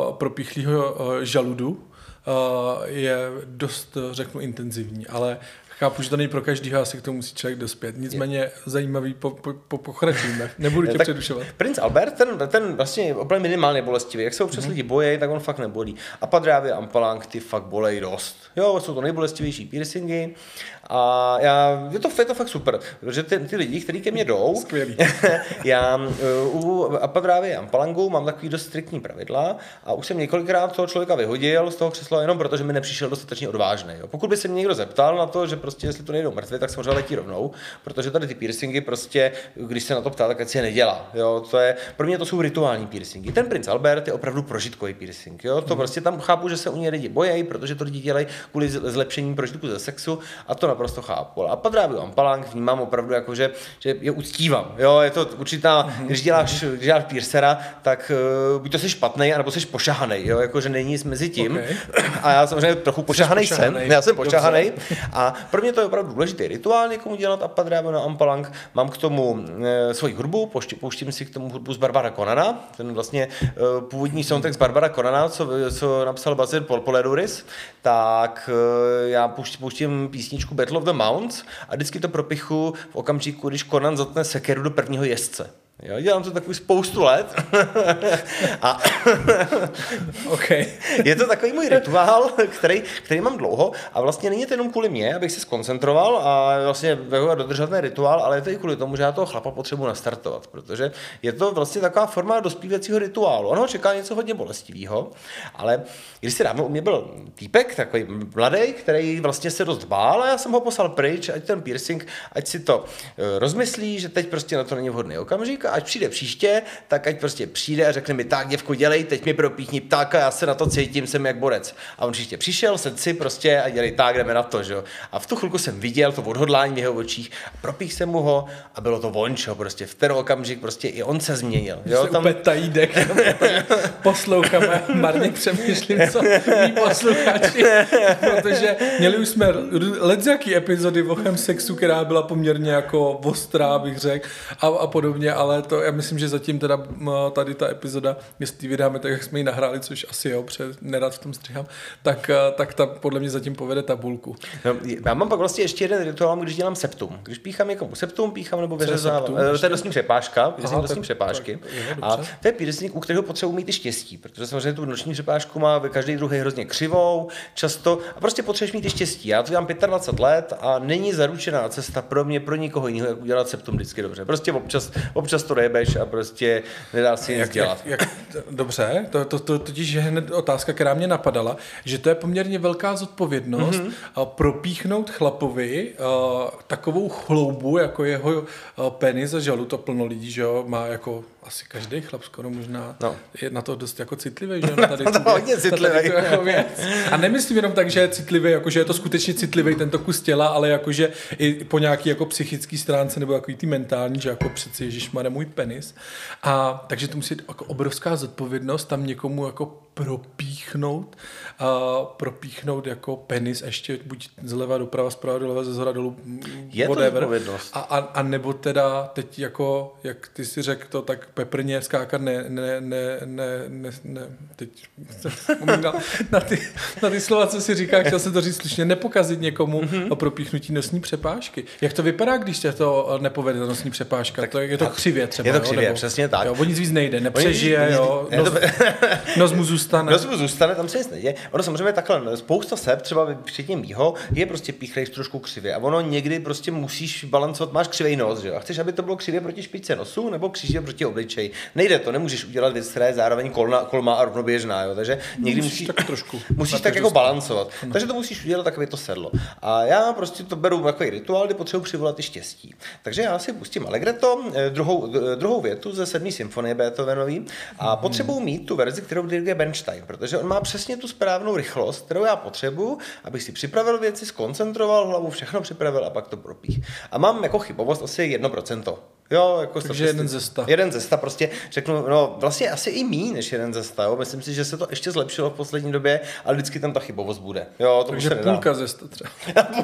propíchlého žaludu je dost, řeknu, intenzivní, ale Chápu, že to není pro každýho, asi k tomu musí člověk dospět. Nicméně zajímavý, pokračujeme. Nebudu tě předušovat. Princ Albert, ten vlastně opravdu minimálně bolestivý. Jak se občas lidi bojí, tak on fakt nebolí. A Padrávy a Ampalang, ty fakt bolej dost. Jo, jsou to nejbolestivější piercingy. A je to fakt super, protože ty lidi, kteří ke mně jdou, skvělý. Já u Apadrávy a Ampalangu mám takový dost striktní pravidla a už jsem několikrát toho člověka vyhodil z toho křesla jenom protože mi nepřišel dostatečně odvážný. Jo. Pokud by se mě někdo zeptal na to, že prostě jestli to nejdou mrtvé, tak samozřejmě letí rovnou, protože tady ty piercingy prostě, když se na to ptá, tak ať si je nedělá. Jo. Pro mě to jsou rituální piercingy. Ten Princ Albert je opravdu prožitkový piercing. Jo. To prostě tam chápu, že se u něj lidi bojí, protože to lidi dělají kvůli zlepšení prožitku ze sexu a to naprosto chápu. A Padrávy a Ampalang vnímám opravdu jako, že je uctívám. Jo, je to určitá, když děláš piercera, tak buď to jsi špatnej, anebo jsi pošahanej, jo, jakože není nic mezi tím. Okay. A já samozřejmě trochu pošahanej jsem. Já jsem pošahanej. A pro mě to je opravdu důležitý rituál někomu dělat a Padrávy a Ampalang. Mám k tomu svoji hudbu, pouštím si k tomu hudbu z Barbara Conana, ten vlastně původní soundtrack z Barbara Conana, co napsal Basil Poledouris, tak já pouštím písničku Battle of the Mounts a vždycky to propichu v okamžiku, když Conan zatne sekeru do prvního jezdce. Jo, dělám to takový spoustu let. A okay. Je to takový můj rituál, který mám dlouho a vlastně není to jenom kvůli mě, abych se skoncentroval a vlastně dodržel ten rituál, ale je to i kvůli tomu, že já toho chlapa potřebuji nastartovat, protože je to vlastně taková forma dospívacího rituálu. On ho čeká něco hodně bolestivého, ale když si dávno u mě byl týpek, takový mladý, který vlastně se dost bál a já jsem ho poslal pryč, ať ten piercing, ať si to rozmyslí, že teď prostě na to není vhodný okamžik. Ať přijde příště, tak ať prostě přijde a řekne mi, tak děvko, dělej, teď mi propíchni ptáka, já se na to cítím, jsem jak borec. A on příště přišel, sedl si prostě a dělej, tak jdeme na to, že jo. A v tu chvilku jsem viděl to odhodlání v jeho očích, propích jsem mu ho a bylo to vončo, prostě v ten okamžik prostě i on se změnil. Jo, tam úplně tajídek, posloucháme, marně přemýšlím, co mý posluchači, protože měli už jsme jaký epizody o sexu, která byla poměrně jako ostrá, bych řekl, a podobně, ale to já myslím, že zatím teda tady ta epizoda, jestli vydáme tak, jak jsme ji nahráli, což asi jo, nerad v tom střihám, tak ta podle mě zatím povede tabulku. No, já mám pak vlastně ještě jeden rituál, když dělám septum. Když píchám někomu septum, píchám nebo vyřezávám. To je nosní přepážka, nosní přepážky. A to je piercing, u kterého potřebuji mít i štěstí, protože samozřejmě tu noční přepážku má každý druhý hrozně křivou, často a prostě potřebuješ mít i štěstí. Já to dělám 25 let a není zaručená cesta pro mě, pro nikoho jiného, jak udělat septum vždycky dobře. Prostě občas to nejebeš a prostě nedá si nic dělat. Dobře, to totiž je hned otázka, která mě napadala, že to je poměrně velká zodpovědnost propíchnout chlapovi takovou chloubu, jako jeho penis a žalu, to plno lidí, že jo, má jako asi každý chlap skoro možná je na to dost jako citlivý, že jo, tady hodně citlivý. Jako věc. A nemyslím jenom tak, že je citlivý, jako že je to skutečně citlivý tento kus těla, ale jakože i po nějaký jako psychický stránce nebo takový ty mentální, že jako přeci ježišmarja můj penis. A takže to musí být jako obrovská zodpovědnost tam někomu jako propíchnout jako penis ještě buď zleva doprava, zprava doleva, ze zhora dolů, je whatever. To zodpovědnost. A nebo teda teď jako, jak ty si řekl to, tak peprně skákat teď jsem vzpomínal na ty slova, co si říká, chtěl se to říct slušně, nepokazit někomu o propíchnutí nosní přepážky. Jak to vypadá, když tě to nepovede ta nosní přepážka? Je to křivě třeba. Je to křivě, přesně tak. Jo, o nic víc nejde, nepřežije, jo, nos mu zůstane. Tam se nic neděje. Ono samozřejmě takhle, spousta sep, třeba včetně mýho, je prostě píchlejš trošku křivě a ono někdy prostě musíš balancovat, máš křivej nos, že jo? A chceš, aby to bylo křivě proti špičce nosu nebo křivě proti obličeji. Nejde to, nemůžeš udělat věc, která je zároveň kolmá a rovnoběžná, jo? Takže někdy musíš tak jako balancovat. Takže to musíš udělat tak, aby to sedlo. A já prostě to beru jako rituál, kdy potřebuji přivolat i štěstí. Takže já si pustím Allegretto, druhou větu ze 7. symfonie Beethovenový a potřebuji mít tu verzi, kterou diriguje Bernstein, protože on má přesně tu správnou rychlost, kterou já potřebuji, abych si připravil věci, skoncentroval hlavu, všechno připravil a pak to propích. A mám jako chybovost asi 1%. Jo, jako takže jeden ze 100. Jeden ze 100, prostě řeknu, no vlastně asi i míň než jeden ze 100, jo. Myslím si, že se to ještě zlepšilo v poslední době, ale vždycky tam ta chybovost bude. Jo, to takže se nedá. půlka ze 100 třeba.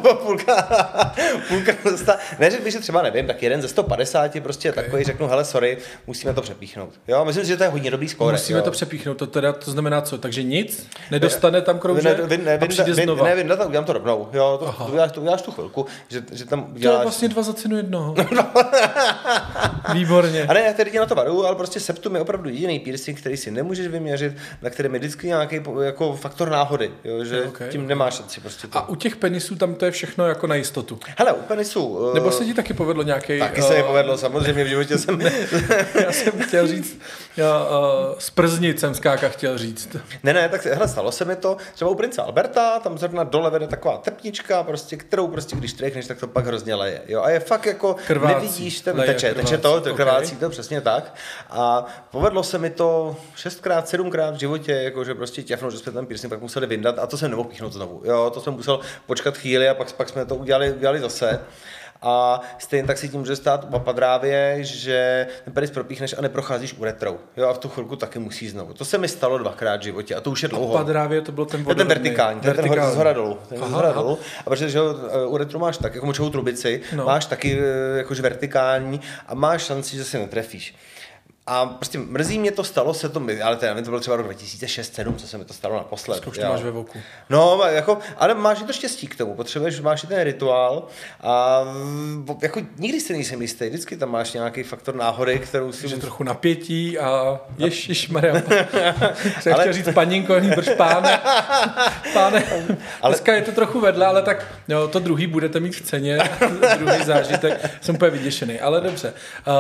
půlka ze 100. Neřekl bych, že třeba nevím, tak jeden ze 150 prostě okay. Takový, řeknu, hele, sorry, musíme to přepíchnout. Jo, myslím si, že to je hodně dobrý skóre. Musíme to přepíchnout, to znamená co? Takže nic? Nedostane tam kroužek a přijde znova? Ne, udělám to rovnou. Jo, to uděláš tu chvilku, že tam uděláš... To je vlastně 2 za cenu jednoho. Výborně. A ne, já tedy na to varuju, ale prostě septum je opravdu jediný piercing, který si nemůžeš vyměřit, na kterém je vždycky nějaký jako faktor náhody, jo, že tím nemáš šanci prostě to. A u těch penisů tam to je všechno jako na jistotu. Hele, u penisů... Nebo se ti taky povedlo nějaký... Taky se mi povedlo, samozřejmě v životě jsem... Já jsem chtěl říct, z Prznit jsem skáka chtěl říct. Ne, tak hele, stalo se mi to třeba u prince Alberta, tam zrovna dole vede taková tepnička, prostě, kterou prostě když trékneš, tak to pak hrozně leje. Jo, a je fakt jako krvácí, nevidíš ten teče to krvácí, to přesně tak. A povedlo se mi to 6krát, 7krát v životě, jakože prostě těfnout, že jsme ten piercing pak museli vyndat a to jsem nemohl píchnout znovu. Jo, to jsem musel počkat chvíli a pak jsme to udělali zase. A stejně tak si tím může stát u apadrávě, že ten penis propíchneš a neprocházíš uretrou. Jo, a v tu chvilku taky musíš znovu. To se mi stalo 2krát v životě a to už je dlouho. Apadrávě to byl ten vertikální, ten zhora dolů. A protože uretru máš tak, jako močovou trubici, máš taky jakože vertikální a máš šanci, že se netrefíš. A prostě mrzí mě to, stalo se to, ale to bylo třeba rok 2006-2007, co se mi to stalo naposled. Už to máš ve voku. No, jako, ale máš i to štěstí k tomu, máš i ten rituál a jako nikdy si nejsem jistý, vždycky tam máš nějaký faktor náhody, kterou si... Že trochu napětí a ježišmarja. Jsem chtěl říct paninko, brž páne. Dneska je to trochu vedle, ale tak jo, to druhý budete mít v ceně, druhý zážitek, jsem úplně vyděšený, ale dobře.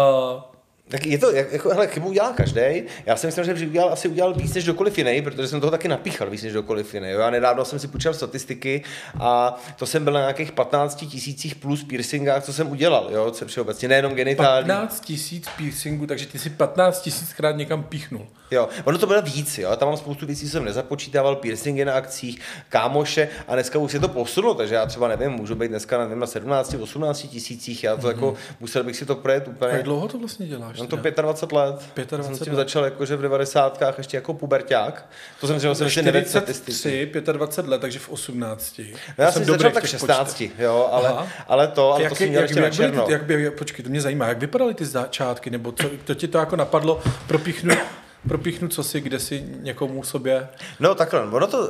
Tak je to, jako, hele, chybu udělá každý. Já si myslím, že asi udělal víc než dokoliv jiný, protože jsem toho taky napíchal víc než dokoliv jiný. Já nedávno jsem si půjčil statistiky a to jsem byl na nějakých 15 000 plus piercingách, co jsem udělal, jo, co všeobecně, nejenom genitální. 15 000 piercingů, takže ty si 15 000krát někam píchnul. Jo, ono to bylo víc, jo, tam mám spoustu věcí, co jsem nezapočítával, piercingy na akcích, kámoše a dneska už se to posunulo, takže já třeba nevím, můžu být dneska na 17, 18 tisících, já to jako musel bych si to projet úplně. Jak dlouho to vlastně děláš? No to 25 let. 25 jsem s tím začal jakože v 90kách ještě jako puberťák. To jsem říkal, že nevěděl statistiky. 25 let, takže v 18. No já jsem začal tak v 16, jo, ale to jsem měl ještě na černo. Počkej, to mě zajímá, jak vypadaly ty začátky, nebo to ti to jako napadlo propíchnout co si, kde si někomu sobě? No takhle, ono to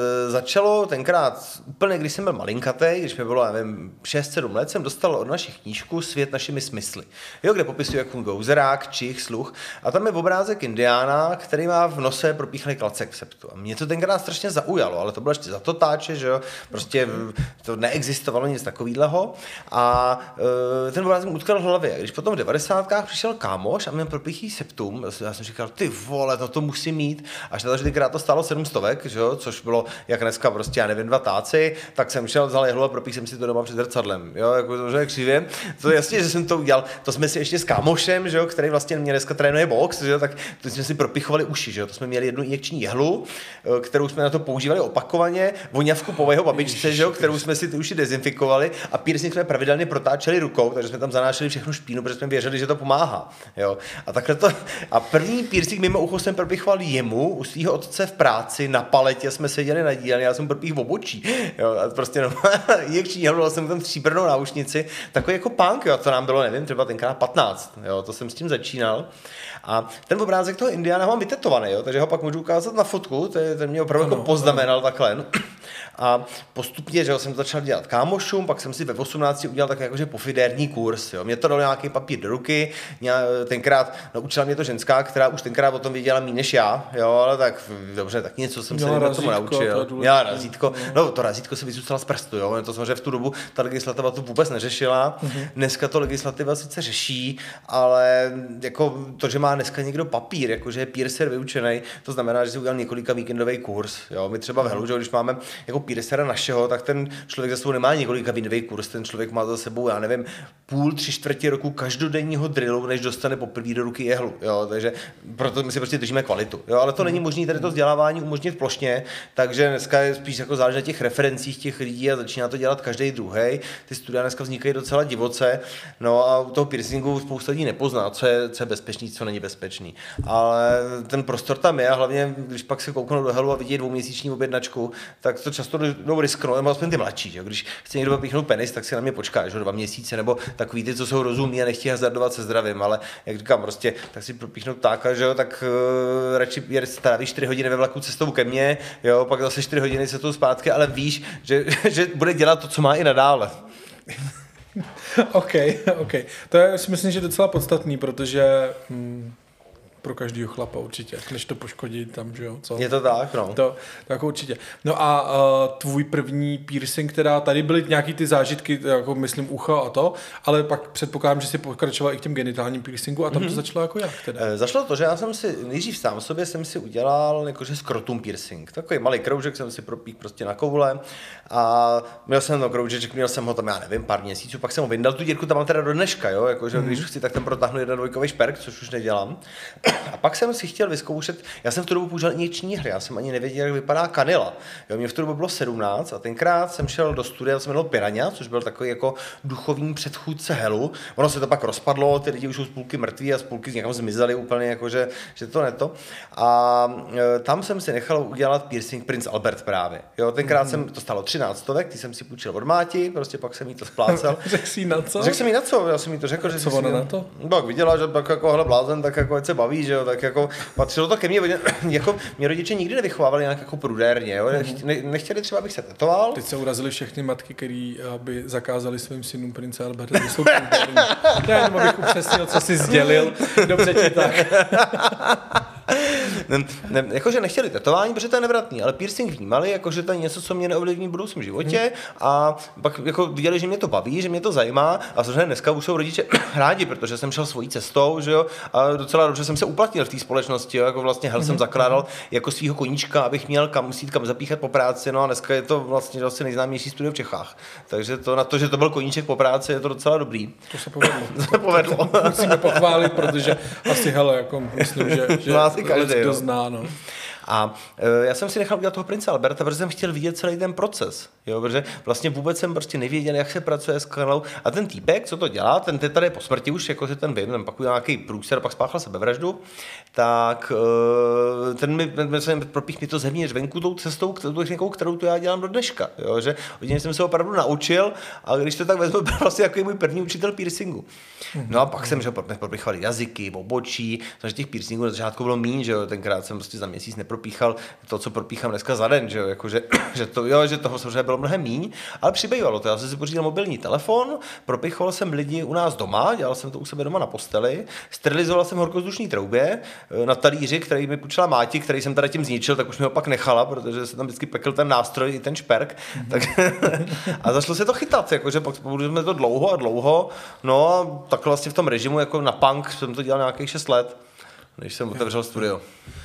začalo tenkrát úplně, když jsem byl malinkatý, když mi bylo, nevím, 6-7 let, jsem dostal od našich knížku Svět našimi smysly. Jo, kde popisuje, jak fungují zrák, čich, sluch. A tam je obrázek indiána, který má v nose propíchaný klacek v septu. A mě to tenkrát strašně zaujalo, ale to bylo ještě za to táče, že jo, prostě to neexistovalo nic takového. A ten obrázek mi utkal v hlavě. Když potom v 90kách přišel kámoš a mě propíchý septum, já jsem říkal, ty vole, to musím mít. Až na to, že tenkrát to stálo 700, že jo, což bylo jak dneska prostě, já nevím, 2 táci, tak jsem šel, vzal jehlu a propích jsem si to doma před zrcadlem, jo, jako to, že křivě. To je jasně, že jsem to udělal. To jsme si ještě s kámošem, že jo, který vlastně mě dneska trénuje box, že jo, tak to jsme si propichovali uši, že jo. To jsme měli jednu injekční jehlu, kterou jsme na to používali opakovaně, voňavku po jeho babičce, že jo, kterou jsme si ty uši dezinfikovali a piercing jsme pravidelně protáčeli rukou, takže jsme tam zanášeli všechnu špínu, protože jsme věřili, že to pomáhá, jo. A takhle to a první piercing mimo ucho jsem propichoval jemu, u svého otce v práci, na paletě jsme seděli na dílně, já jsem propích v obočí, jo, a prostě no, injekční jehlu, jsem tam stříbrnou náušnici, takový jako punk, jo, to nám bylo, nevím, třeba tenkrát 15, jo, to jsem s tím začínal. A ten obrázek toho indiána mám vytetovaný, jo, takže ho pak můžu ukázat na fotku, ten mě opravdu jako poznamenal takhle. A postupně, že jsem to začal dělat kámošům, pak jsem si ve 18 udělal tak jakože pofidérní kurz. Jo. Mě to dalo nějaký papír do ruky, tenkrát naučila mě to ženská, která už tenkrát o tom věděla méně než já, jo, ale tak dobře, tak něco jsem se na tomu naučil. Měla razítko, no to razítko se vyzůstala z prstu, jo, to samozřejmě v tu dobu ta legislativa to vůbec neřešila. Dneska to legislativa sice řeší, ale jako to, že má dneska někdo papír, jakože je piercer vyučený, to znamená, že si udělal několika víkendový kurz, jo. My třeba v Helu, že když máme jako piercera našeho, tak ten člověk za sebou nemá několika hodinový kurz, ten člověk má za sebou, já nevím, půl, 3/4 roku každodenního drillu, než dostane poprvé do ruky jehlu, jo, takže proto my si prostě držíme kvalitu, jo, ale to není možné tady to vzdělávání umožnit plošně, takže dneska je spíš jako záleží na těch referencích těch lidí a začíná to dělat každý druhý. Ty studia dneska vznikají docela divoce, no a u toho piercingu spousta lidí nepozná, co je bezpečný, co není bezpečný, ale ten prostor tam je a hlavně, když pak se kouknou do helu a vidí dvouměsíční objednačku, tak to často jdou risknout, nebo aspoň ty mladší, že? Když chce někdo píchnout penis, tak si na mě počká, že 2 měsíce, nebo takový ty, co jsou rozumní a nechtějí hazardovat se zdravím, ale jak říkám, prostě tak si propíchnout tak, že jo, tak radši strávíš 4 hodiny ve vlaku cestou ke mně, jo, pak zase 4 hodiny cestou zpátky, ale víš, že bude dělat to, co má i nadále. OK. To je, si myslím, že docela podstatný, protože pro každýho chlapa určitě, než to poškodí tam, že jo? Co? Je to tak, no. To jako určitě. No a tvůj první piercing, teda tady byly nějaký ty zážitky, jako myslím ucha a to, ale pak předpokládám, že si pokračoval i k těm genitálním piercingu a tam to začalo jako jak teda? Začalo to, že já jsem si nejdřív sám sobě jsem si udělal jakože skrotum piercing. Takový malý kroužek jsem si propík prostě na koule a měl jsem ten kroužeček, měl jsem ho tam, já nevím, pár měsíců, pak jsem ho vyndal, tu dírku tam mám teda do dneška, jo, jakože když chci, tak tam protáhnu 1/2 šperk, což už nedělám. A pak jsem si chtěl vyzkoušet, já jsem v tu dobu používal injekční hry, já jsem ani nevěděl, jak vypadá kanila. Jo, mě v tu dobu bylo 17 a tenkrát jsem šel do studia, jsem jmenoval Piranha, což byl takový jako duchovní předchůdce helu. Ono se to pak rozpadlo, ty lidi už jsou z půlky mrtví a z půlky někam zmizeli úplně, jakože, že to neto. A tam jsem si nechal udělat piercing Prince Albert právě. Jo, tenkrát jsem to stálo 13 stovek, ty jsem si půjčil od máti, prostě pak jsem jí to splácel. Řekl jsi jí na co? Řekl jsem jí na co, já jsem jí to řekl, že co ona na to? Tak viděla, že tak jako hele blázen, tak jako ať se baví, že jo, tak jako patřilo to ke mně, jako mě rodiče nikdy nevychovávali nějak jako prudérně, jo, nechtěli třeba, abych se tetoval. Teď se urazili všechny matky, který by zakázali svým synům Prince Alberta, že jsou prudérní. Já jenom abych upřesnil, co jsi sdělil, dobře ti tak. Jakože nechtěli tetování, protože to je nevratný, ale piercing vnímali, jakože to je něco, co mě neovlivní v budoucím životě a pak jako viděli, že mě to baví, že mě to zajímá a samozřejmě dneska už jsou rodiče rádi, protože jsem šel svojí cestou, že jo, a docela dobře jsem se uplatnil v té společnosti, jo, jako vlastně jsem zakládal jako svýho koníčka, abych měl kam zapíchat po práci, no a dneska je to vlastně asi nejznámější studio v Čechách. Takže to na to, že to byl koníček po práci, je to docela dobrý. To se povedlo. povedlo. Musíme pochválit, protože asi hele, jako myslím, že každý, kdo zná, no. A já jsem si nechal udělat toho Prince Alberta, protože jsem chtěl vidět celý ten proces, jo, protože vlastně vůbec jsem prostě nevěděl, jak se pracuje s kanalou. A ten týpek, co to dělá, ten tady po smrti už, jako si ten vím, ten pak udělal nějaký průser, pak spáchal sebevraždu, tak ten mi propích mi to zevnitř venku tou cestou, tou technikou, kterou to já dělám do dneška, jo, že od něj jsem se opravdu naučil a když to tak vezmu, byl vlastně jako můj první učitel piercingu. No a pak jsem propíchal jazyky, obočí, takže těch piercingů na začátku bylo míň, že jo, tenkrát jsem prostě za měsíc propíchal to, co propíchám dneska za den, že jo, jako, že toho samozřejmě bylo mnohem míň, ale přibývalo to. Já jsem si pořídil mobilní telefon, propíchal jsem lidi u nás doma, dělal jsem to u sebe doma na posteli, sterilizoval jsem horkozdušní troubě na talíři, který mi půjčila máti, který jsem teda tím zničil, tak už mi ho pak nechala, protože se tam vždycky pekl ten nástroj i ten šperk. Tak, a zašlo se to chytat, jakože pak jsme to dlouho, no a tak vlastně v tom režimu jako na punk jsem to dělal nějakých 6 let, než jsem otevřel studio.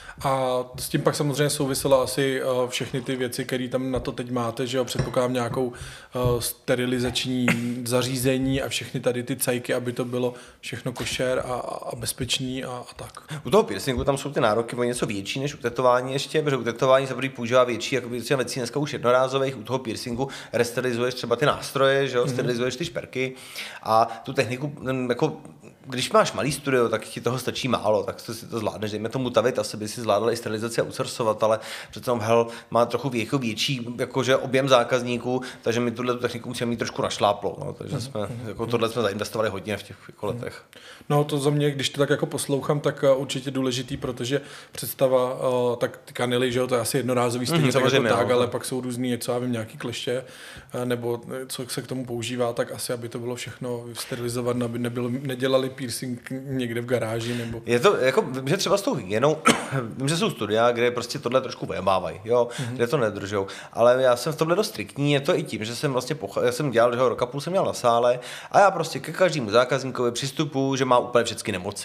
A s tím pak samozřejmě souvisela asi všechny ty věci, které tam na to teď máte, že jo, předpokládám nějakou sterilizační zařízení a všechny tady ty cajky, aby to bylo všechno košer a bezpečný a tak. U toho piercingu tam jsou ty nároky o něco větší než u tetování ještě, protože u tetování se používá větší, jako věcí dneska už jednorázových, u toho piercingu resterilizuješ třeba ty nástroje, že jo, sterilizuješ ty šperky a tu techniku jako když máš malý studio, tak ti toho stačí málo, tak si to zvládneš. Dejme tomu Tavit, asi by si zvládal i sterilizaci a outsourcovat, ale přece Hell má trochu větší jakože objem zákazníků, takže my tuhle techniku musíme mít trošku našláplo. No, takže jsme, jako tohle jsme zainvestovali hodně v těch jako letech. No to za mě, když to tak jako poslouchám, tak určitě důležitý, protože představa, tak ty kanily, že jo, to je asi jednorázový stejně tak jako tak, ale pak jsou různý, co já vím, nějaký kleště, nebo co se k tomu používá, tak asi, aby to bylo všechno sterilizovat, aby nedělali piercing někde v garáži, nebo... Je to, jako, že třeba s tou hygienou, vím, že jsou studia, kde prostě tohle trošku vyjebávají, jo, kde to nedržou, ale já jsem v tomhle dost striktní, je to i tím, že jsem vlastně, já jsem dělal, že roka půl jsem měl na sále a já prostě ke každému zákazníkovi přistupuji, že má úplně všechny nemoci.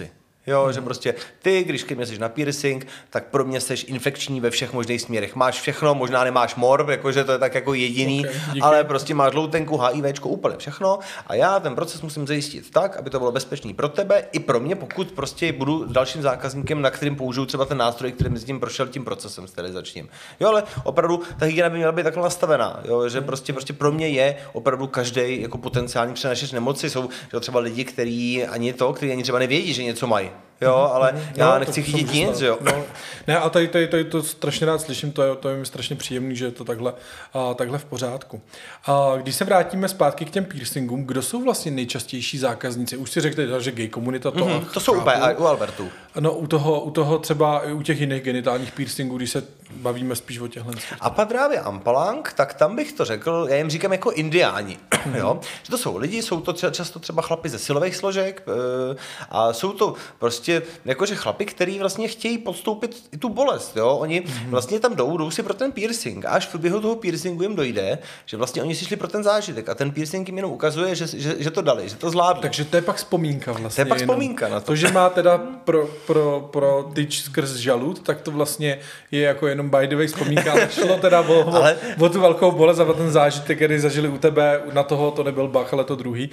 Jo, že prostě ty, když ke mně jsi na piercing, tak pro mě jsi infekční ve všech možných směrech. Máš všechno, možná nemáš mor, jakože to je tak jako jediný, ale prostě máš žloutenku, HIVčko, úplně všechno. A já ten proces musím zajistit tak, aby to bylo bezpečný pro tebe i pro mě, pokud prostě budu dalším zákazníkem, na kterým použiju třeba ten nástroj, který mezi tím prošel tím procesem sterilizačním. Jo, ale opravdu ta hygiena by měla být takhle nastavená, jo, že prostě pro mě je opravdu každý jako potenciální přenašeč nemoci. Jsou že třeba lidi, kteří ani třeba nevědí, že něco mají. Jo, ale já nechci chytit nic, jo. No, ne, a tady to strašně rád slyším, to je mi strašně příjemný, že je to takhle v pořádku. A když se vrátíme zpátky k těm piercingům, kdo jsou vlastně nejčastější zákazníci? Už si řekli, že gay komunita to jsou úplně u Albertů. No, u toho třeba u těch jiných genitálních piercingů, když se bavíme spíš o těchhle. A pak právě Ampalang, tak tam bych to řekl, já jim říkám jako indiáni, jo? Že to jsou lidi, jsou to často třeba chlapi ze silových složek a jsou to prostě jakože chlapi, který vlastně chtějí podstoupit i tu bolest, jo? Oni vlastně tam jdou si pro ten piercing a až v průběhu toho piercingu jim dojde, že vlastně oni si šli pro ten zážitek a ten piercing jim jenom ukazuje, že to dali, že to zvládli. Takže to je pak vzpomínka vlastně. To je pak vzpomínka na to. To, že má teda pro tyč skrz žalud, tak to vlastně je jako jenom by the way vzpomínka, ale šlo teda o tu velkou bolest a o ten zážitek, který zažili u tebe, na toho to nebyl Bach, ale to druhý.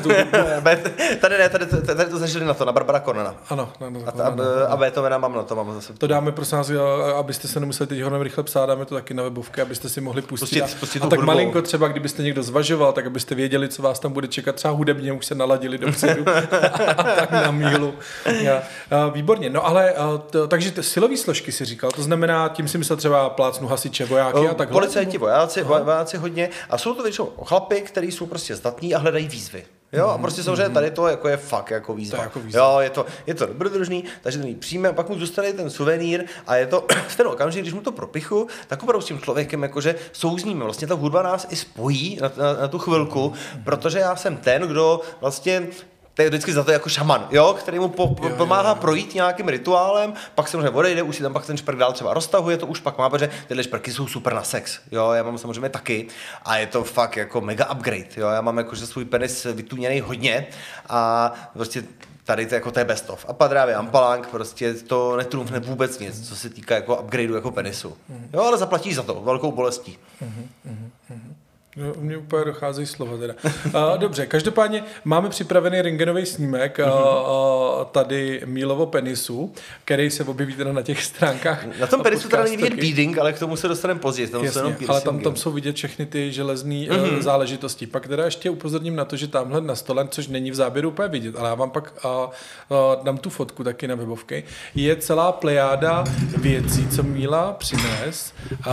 Tady to zažili na to, na Barbara Cornana. Ano. A Beethovena mám zase. To dáme, prosím vás, abyste se nemuseli teď honem rychle psát, dáme to taky na webovky, abyste si mohli pustit a tak malinko třeba, kdybyste někdo zvažoval, tak abyste věděli, co vás tam bude čekat, třeba hudebně už se naladili dopředu a tak na mílu. Výborně, no ale takže silový složky si říkal, to znamená, tím si myslel třeba plácnu hasiče, vojáky a takhle? Policajti, vojáci hodně a jsou to většinou chlapy, kteří jsou prostě zdatní a hledají výzvy. Jo, a prostě samozřejmě tady to jako je fakt jako výzva. Jo, je to dobrodružný, takže ten přijme, pak mu zůstane ten suvenýr a je to v ten okamžik, když mu to propichu, tak opravdu s tím člověkem jakože souzníme. Vlastně ta hudba nás i spojí na tu chvilku, protože já jsem ten, kdo vlastně to je vždycky za to jako šaman, jo, který mu pomáhá projít nějakým rituálem, pak samozřejmě odejde, už si tam pak ten šperk dál třeba roztahuje, to už pak má, protože tyhle šperky jsou super na sex, jo, já mám samozřejmě taky a je to fakt jako mega upgrade, jo, já mám jakože svůj penis vytuněný hodně a prostě tady to jako to je best of. A Padrávě Ampalang prostě to netrumfne vůbec nic, co se týká jako upgradeu jako penisu. Jo, ale zaplatíš za to velkou bolestí. No, mně úplně docházejí slova teda. Dobře, každopádně máme připravený rentgenový snímek tady Mílovo penisu, který se objeví teda na těch stránkách. Na tom penisu teda není vidět beading, ale k tomu se dostaneme později. Jasně, ale tam jsou vidět všechny ty železné záležitosti. Pak teda ještě upozorním na to, že tamhle na stole, což není v záběru úplně vidět, ale já vám pak dám tu fotku taky na webovky, je celá plejáda věcí, co Míla přines,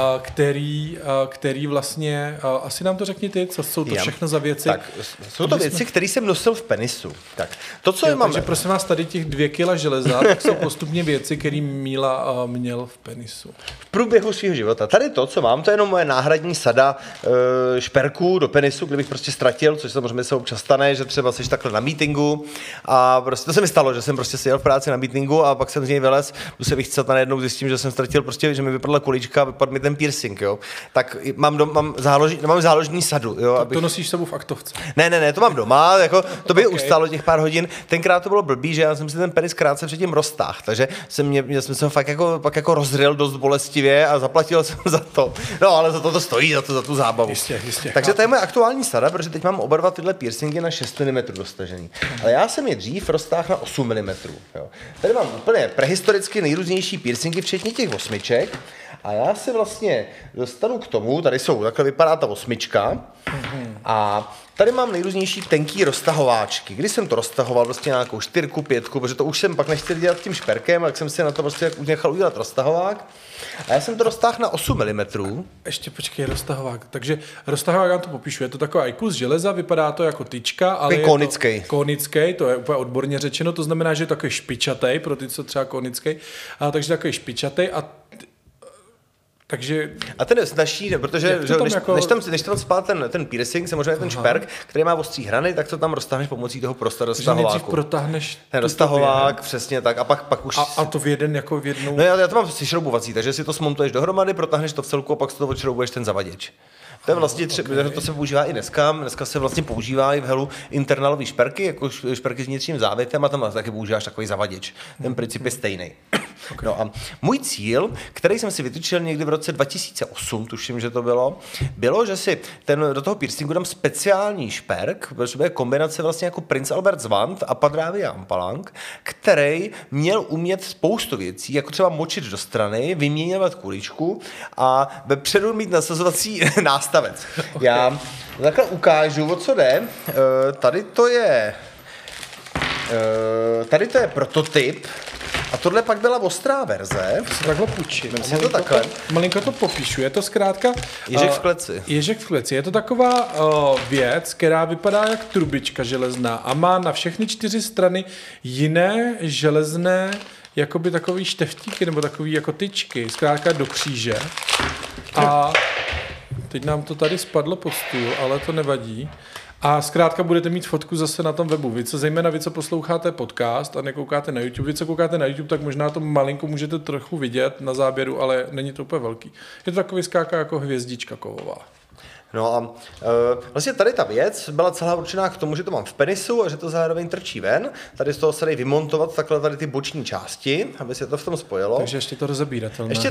který vlastně asi nám to řekni ty, co jsou to všechno za věci. Tak, jsou to věci, které jsem nosil v penisu. Tak, to, co je máme. Takže prosím vás, tady těch 2 kila železa, tak jsou postupně věci, které Míla měl v penisu. V průběhu svého života. Tady to, co mám, to je jenom moje náhradní sada šperků do penisu, kdybych prostě ztratil, což samozřejmě se občas stane, že třeba jsi takhle na meetingu a prostě to se mi stalo, že jsem prostě seděl v práci na meetingu a pak jsem z něj vylez, jdu se vychcat a najednou zjistím, že jsem ztratil prostě, že mi vypadla kulička a vypadl mi ten piercing, jo. Tak mám záložní sadu, jo. To nosíš sebou v aktovce? Ne, to mám doma, jako to by ustálo těch pár hodin. Tenkrát to bylo blbý, že já jsem si ten penis krátce předtím roztáhl, takže jsem se ho fakt jako rozryl dost bolestivě a zaplatil jsem za to. No, ale za to stojí, za tu zábavu. Jistě, takže to je moje aktuální sada, protože teď mám oba dva tyhle piercingy na 6 mm dostažený. Ale já jsem je dřív roztáhl na 8 mm. Jo. Tady mám úplně prehistoricky nejrůznější piercingy, včetně těch osmiček. A já se vlastně dostanu k tomu, tady jsou, takhle vypadá ta osmička a tady mám nejrůznější tenký roztahováčky. Když jsem to roztahoval prostě nějakou 4, 5, protože to už jsem pak nechtěl dělat tím šperkem, tak jsem si na to prostě nechal udělat roztahovák. A já jsem to roztáhl na 8 mm. Ještě počkej, roztahovák. Takže roztahovák, já to popíšu, je to takový kus železa, vypadá to jako tyčka, ale je konický, to je úplně odborně řečeno, to znamená, že je takový špičatej, pro ty, co třeba konický, takže takový špičatej takže... A ten je snažší, protože než tam spát ten piercing, samozřejmě ten šperk, který má ostří hrany, tak to tam roztáhneš pomocí toho prostě roztahováku. Takže nejdřív protáhneš ten roztahovák, přesně tak, a pak už... A to v jednou... No já to mám si šroubovací, takže si to smontuješ dohromady, protáhneš to v celku a pak si to odšroubuješ ten zavaděč. To je vlastně to se používá i dneska. Dneska se vlastně používá i v helu internalový šperky, jako šperky s vnitřním závětem a tam taky používáš takový zavaděč. Ten princip je stejný. Okay. No a můj cíl, který jsem si vytyčil někdy v roce 2008, tuším, že to bylo, že si do toho piercingu dám speciální šperk, protože to je kombinace vlastně jako Prince Albert Wand a Padrávy Jampalang, který měl umět spoustu věcí, jako třeba močit do strany, vyměňovat kuličku a vepředu mít nasazovací nástavec. Okay. Já takhle ukážu, o co jde. Tady to je prototyp. A tohle pak byla ostrá verze. To se takhle půjčím. Malinko to popíšu. Je to zkrátka... Ježek v kleci. Ježek v kleci. Je to taková věc, která vypadá jak trubička železná a má na všechny 4 strany jiné železné jakoby takový šteftíky nebo takový jako tyčky. Zkrátka do kříže. A teď nám to tady spadlo pod stůl, ale to nevadí. A zkrátka budete mít fotku zase na tom webu. Zejména vy, co posloucháte podcast a nekoukáte na YouTube. Vy, co koukáte na YouTube, tak možná to malinko můžete trochu vidět na záběru, ale není to úplně velký. Je to takový skáka jako hvězdička kovová. No a vlastně tady ta věc byla celá určená k tomu, že to mám v penisu a že to zároveň trčí ven. Tady z toho se dají vymontovat takhle tady ty boční části, aby se to v tom spojilo. Takže ještě to rozebírat.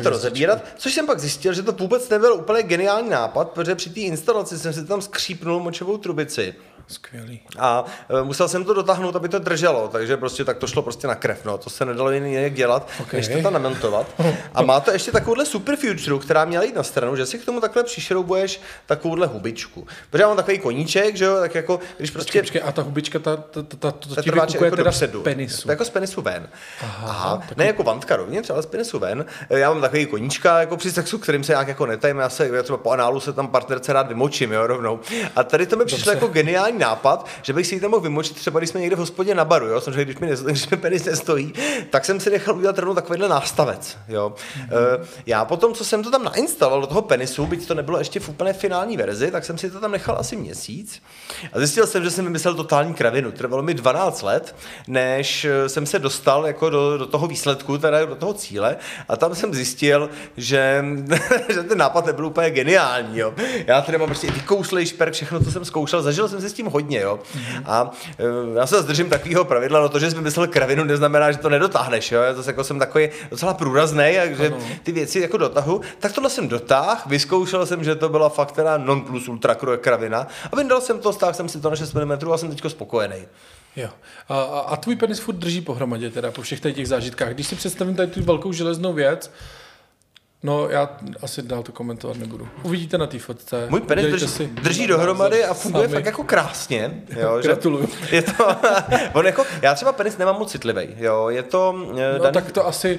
Což jsem pak zjistil, že to vůbec nebyl úplně geniální nápad, protože při té instalaci jsem si tam skřípnul močovou trubici. Skvělý. A musel jsem to dotáhnout, aby to drželo, takže prostě tak to šlo prostě na krev, no. To se nedalo jinak dělat, než to tam namontovat. A má to ještě takovouhle super feature, která měla jít na stranu, že si k tomu takhle přišroubuješ takovouhle hubičku. Protože já mám takový koníček, že jo, tak jako když prostě... Počkej, a ta hubička, to ti vykukuje jako teda z penisu. To jako z penisu ven. Aha ne jako vantka rovněž, ale z penisu ven. Já mám takový koníčka jako při sexu, kterým se nějak jako netajím, já třeba po análu se tam partnerce rád vymočím, jo, rovnou. A tady to mi přišlo jako geniální nápad, že bych si ji tam mohl vymočit, třeba když jsme někde v hospodě na baru, jo, samozřejmě když mi penis nestojí, tak jsem si nechal udělat rovnou takovýhle nástavec, jo. Já potom, co jsem to tam nainstaloval do toho penisu, byť to nebylo ještě v úplně finální verzi, tak jsem si to tam nechal asi měsíc a zjistil jsem, že jsem vymyslel totální kravinu. Trvalo mi 12 let, než jsem se dostal jako do toho výsledku, teda do toho cíle a tam jsem zjistil, že ten nápad nebyl úplně geniální, jo. Já tady mám prostě vykouslej šperk, všechno, co jsem zkoušel, zažil jsem se s tím hodně, jo. A já se zdržím takového pravidla, no to, že jsi vymyslel kravinu, neznamená, že to nedotáhneš, jo. Já zase jako jsem takový docela průraznej, takže ty věci jako dotahu. Tak tohle jsem dotáhl, vyzkoušel jsem, že to byla fakt teda non plus ultra kravina a vydal jsem to, stáhl jsem si to na 6 mm a jsem teďko spokojený. Jo. A tvůj penis furt drží pohromadě teda po všech těch zážitkách. Když si představím tady tu velkou železnou věc, no, já asi dál to komentovat nebudu. Uvidíte na té fotce. Můj penis drží dohromady a funguje fakt jako krásně. Jo, gratuluju. Je to, on jako, já třeba penis nemám moc citlivý. Jo, je to... No tak to asi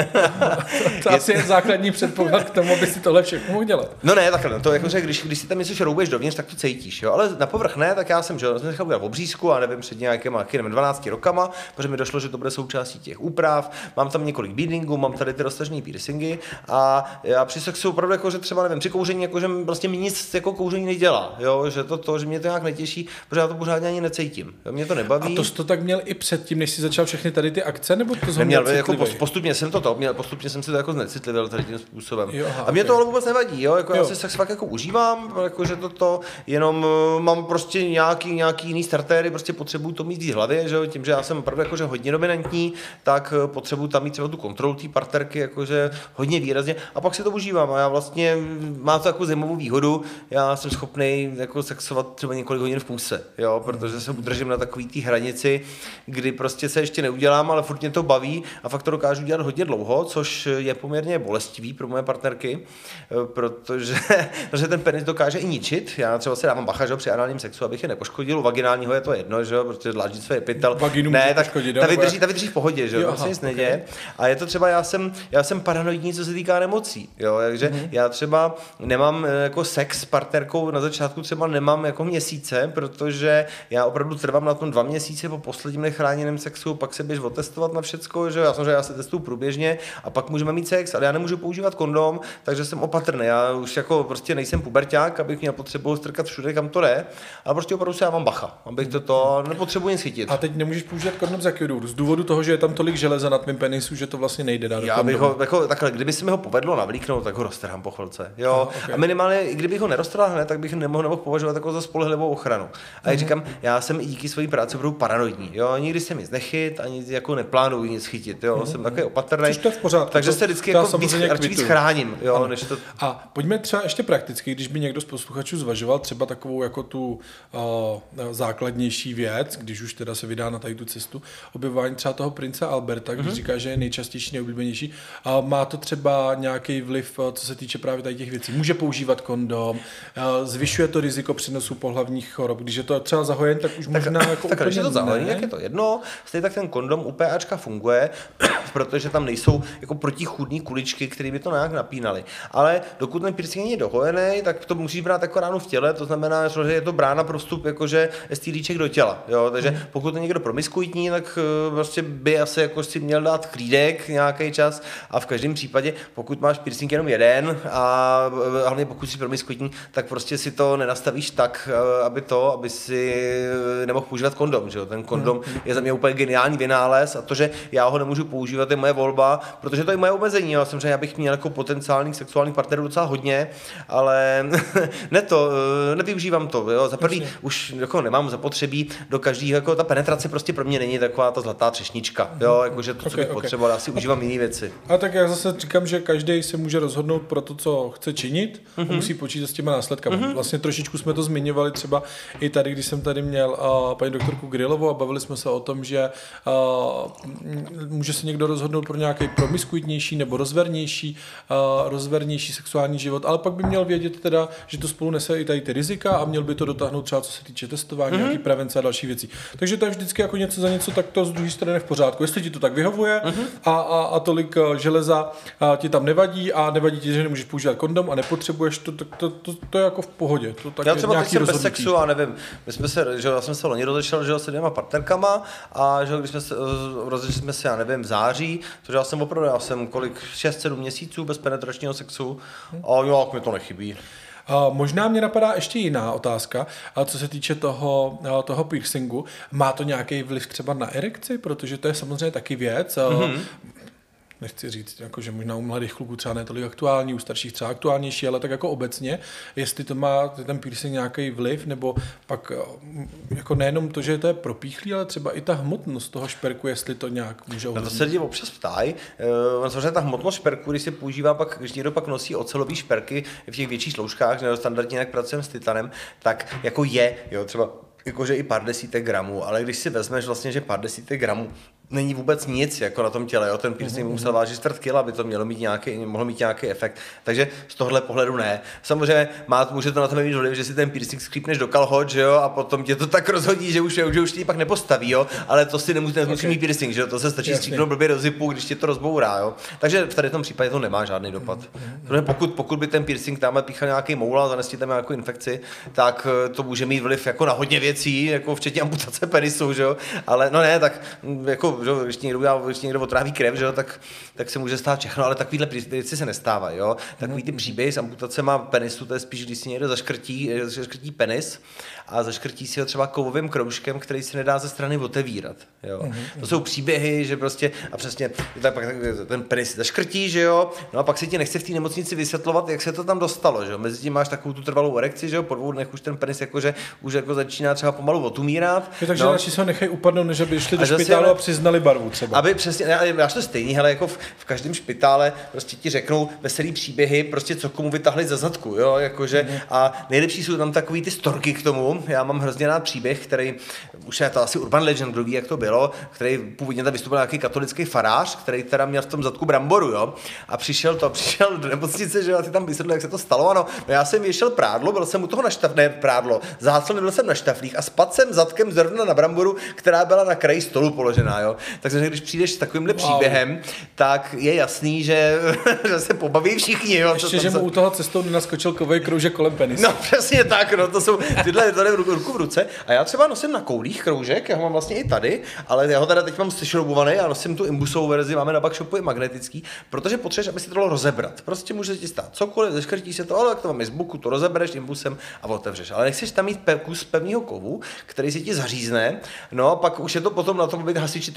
asi je základní předpoklad k tomu, aby si tohle všechno mohl dělat. No ne, takhle, to jako, že když si tam něco šroubuješ dovnitř, tak to cítíš. Jo, ale na povrch ne, tak já jsem nechal udělat obřízku a nevím, před nějakýma 12 rokama, protože mi došlo, že to bude součástí těch úprav. Mám tam několik beadingů, mám tady ty roztažené piercingy a já při sexu opravdu jako, že třeba nevím, při kouření jako, že vlastně mi nic jako kouření nedělá, jo, že mě to nějak netěší, protože já to pořádně ani necítím. Jo, mě to nebaví. A to jsi to tak měl i předtím, než jsi začal všechny tady ty akce, nebo to neměl jako postupně jsem si to jako znecitlivil tady tím způsobem. Jo, aha, a mě to ale vůbec nevadí, jo, jako já si sex fakt jako užívám, jako že to jenom mám prostě nějaký jiný startéry, prostě potřebuju to mít v hlavě, že jo, tím, že já jsem opravdu jakože hodně dominantní, tak potřebuju tam mít třeba tu kontrolu té partnerky, jakože hodně výrazně. A pak si to užívám a já vlastně má to jako zajímavou výhodu, já jsem schopný jako sexovat třeba několik hodin v půlce, jo, protože se udržím na takový té hranici, kdy prostě se ještě neudělám, ale furt mě to baví a fakt to dokážu dělat hodně dlouho, což je poměrně bolestivý pro moje partnerky, protože ten penis dokáže i ničit. Já třeba si dávám bacha, že při análním sexu, abych je nepoškodil, u vaginálního je to jedno, že protože dláždit své pytel. Ne, tak ta vydrží v pohodě, že jo, se nic neděje. A je to třeba já jsem paranoidní, co se týká nemocí, jo, takže já třeba nemám jako sex s partnerkou na začátku třeba nemám jako měsíce, protože já opravdu trvám na tom 2 měsíce po posledním nechráněném sexu, pak se běž otestovat na všecko, že já se testuju průběžně a pak můžeme mít sex, ale já nemůžu používat kondom, takže jsem opatrný. Já už jako prostě nejsem puberťák, abych měl potřebu strkat všude, kam to jde, ale prostě opravdu se já mám bacha, abych to nepotřebuji nic chytit. A teď nemůžeš používat kondom z jakého důvodu? Z důvodu toho, že je tam tolik železa na tvém penisu, že to vlastně nejde dát. Já bych ho jako takhle, kdyby se mi ho povedlo navlíknout, tak ho roztrhám po chvilce. Jo? Okay. A minimálně, i kdybych ho neroztrhl hned, tak bych nemohl považovat jako za spolehlivou ochranu. A jak říkám, já jsem i díky své práci budu paranoidní. Jo? Nikdy jsem nic nechyt, ani jako neplánuji nic chytit. Jo? Jsem takový opatrný. Takže se vždycky jako víc chráním. Jo? Než to... A pojďme třeba ještě prakticky, když by někdo z posluchačů zvažoval třeba takovou jako tu základnější věc, když už teda se vydá na tady tu cestu, objevování třeba toho prince Alberta, když říká, že je nejčastější, nejoblíbenější. A má to třeba nějaký vliv, co se týče právě tady těch věcí? Může používat kondom, zvyšuje to riziko přenosu pohlavních chorob. Když je to třeba zahojen, tak už možná jako tak když je to zahojený, tak je to jedno. Stejně tak ten kondom u PAčka funguje, protože tam nejsou jako protichůdné kuličky, které by to nějak napínaly. Ale dokud ten piercing není dohojený, tak to musí brát jako ránu v těle, to znamená, že je to brána pro vstup jakože STDček do těla. Jo? Takže pokud je někdo promiskuitní, tak prostě by asi jako si měl dát klídek nějaký čas a v každém případě, pokud máš piercing jenom jeden a hlavně pokud jsi promiskuitní, tak prostě si to nenastavíš tak, aby si nemohl používat kondom. Že jo? Ten kondom je za mě úplně geniální vynález a to, že já ho nemůžu používat, je moje volba, protože to je moje omezení. Jo? Samozřejmě já bych měl jako potenciálních sexuálních partnerů docela hodně, ale nevyužívám to. Jo? Za první už jako nemám zapotřebí do každého, jako ta penetrace prostě pro mě není taková ta zlatá třešnička. Jo? Jakože to, co bych potřeboval, já si užívám jiné věci. A tak já zase říkám, že každý se může rozhodnout pro to, co chce činit, a musí počítat s těma následkami. Vlastně trošičku jsme to zmiňovali třeba i tady, když jsem tady měl paní doktorku Grillovou a bavili jsme se o tom, že může se někdo rozhodnout pro nějaký promiskuitnější nebo rozvernější sexuální život, ale pak by měl vědět teda, že to spolu nese i tady ty rizika a měl by to dotáhnout třeba co se týče testování, nějaký prevence a další věcí. Takže to je vždycky jako něco za něco, tak to z druhé strany v pořádku. Jestli ti to tak vyhovuje a tolik železa ti tam nevadí a nevadí ti, že nemůžeš používat kondom a nepotřebuješ to, to je jako v pohodě. To tak já třeba teď jsem bez sexu a nevím, já jsem se loni rozešel, že se 2 partnerkama a že když jsme se rozešli já nevím, v září, protože já jsem 6-7 měsíců bez penetračního sexu a jak mi to nechybí. Možná mě napadá ještě jiná otázka, co se týče toho piercingu. Má to nějaký vliv třeba na erekci? Protože to je samozřejmě taky věc. Nechci říct, jako, že možná u mladých kluků třeba ne tolik aktuální, u starších třeba aktuálnější, ale tak jako obecně, jestli to má ten piercing nějaký vliv, nebo pak jako nejenom to, že to je propíchlý, ale třeba i ta hmotnost toho šperku, jestli to nějak může ovlivnit. Na to se lidi občas ptají. Samozřejmě ta hmotnost šperku, když se používá, když někdo pak nosí ocelový šperky v těch větších složkách, že standardně jak pracujeme s titanem, tak jako jo, třeba jakože i pár desítek gramů, ale když si vezmeš vlastně, že pár desítek gramů není vůbec nic jako na tom těle, jo? Ten piercing musel vážit 4 kg, aby to mohlo mít nějaký efekt. Takže z tohle pohledu ne. Samozřejmě může to na tom mít vliv, že si ten piercing skřípneš do kalhot, že jo, a potom tě to tak rozhodí, že už ti pak nepostaví, jo, ale to si nemusí mít piercing, že jo, to se stačí skřípnout blbě do zipu, když tě to rozbourá, jo. Takže v tady tom případě to nemá žádný dopad. Protože pokud by ten piercing tamhle píchal nějaký moul a zanesti tam nějakou infekci, tak to může mít vliv jako na hodně věcí, jako včetně amputace penisu, že jo. Ale no ne, tak jako když někdo otráví krev, že jo, tak se může stát všechno, ale takovýhle věci se nestávají, jo. Takový ty příběhy s amputacema penisu, to je spíš, když si někdo zaškrtí penis a zaškrtí si ho třeba kovovým kroužkem, který se nedá ze strany otevírat, jo. To jsou příběhy, že prostě a přesně tak ten penis zaškrtí, že jo. No a pak si ti nechce v té nemocnici vysvětlovat, jak se to tam dostalo, že jo. Mezi tím máš takovou tu trvalou erekci, že jo, po 2 dnech už ten penis jakože už jako začíná třeba pomalu otumírat. Takže radši se ho nechají upadnout, než aby šli do špitálu a přiznali barvu třeba. Aby přesně, já to stejný, hele, jako v každém špitále prostě ti řeknou veselý příběhy, prostě co komu vytahli za zadku, jo, jakože a nejlepší jsou tam takový ty storky k tomu. Já mám hrozně rád příběh, který už je to asi urban legend, kdo ví, jak to bylo, který původně tam vystoupil nějaký katolický farář, který teda měl v tom zadku bramboru, jo. A přišel do nemocnice, že ty tam vysvětlil, jak se to stalo. Ano, no já jsem věšel prádlo, byl jsem u toho záclony byl jsem na štaflích a spadl jsem zadkem zrovna na bramboru, která byla na kraji stolu položená, jo. Takže když přijdeš s takovýmhle příběhem, tak je jasný, že se pobaví všichni, jo. Ještě, že mu u toho cestou nenaskočil kovej kroužek kolem penisu. No přesně tak, no, to jsou tyhle ruku v ruce. A já třeba nosím na koulích kroužek, já ho mám vlastně i tady, ale já ho teda teď mám sešroubovaný a nosím tu imbusovou verzi, máme na Backshopu i magnetický, protože potřebuješ, aby si to dalo rozebrat. Prostě může ti stát cokoliv, zeškrtí se to, ale jak to máme z boku, to rozebereš imbusem a otevřeš. Ale nechceš tam mít kus pevného kovu, který si ti zařízne. No, pak už je to potom na tom, aby hasiči teda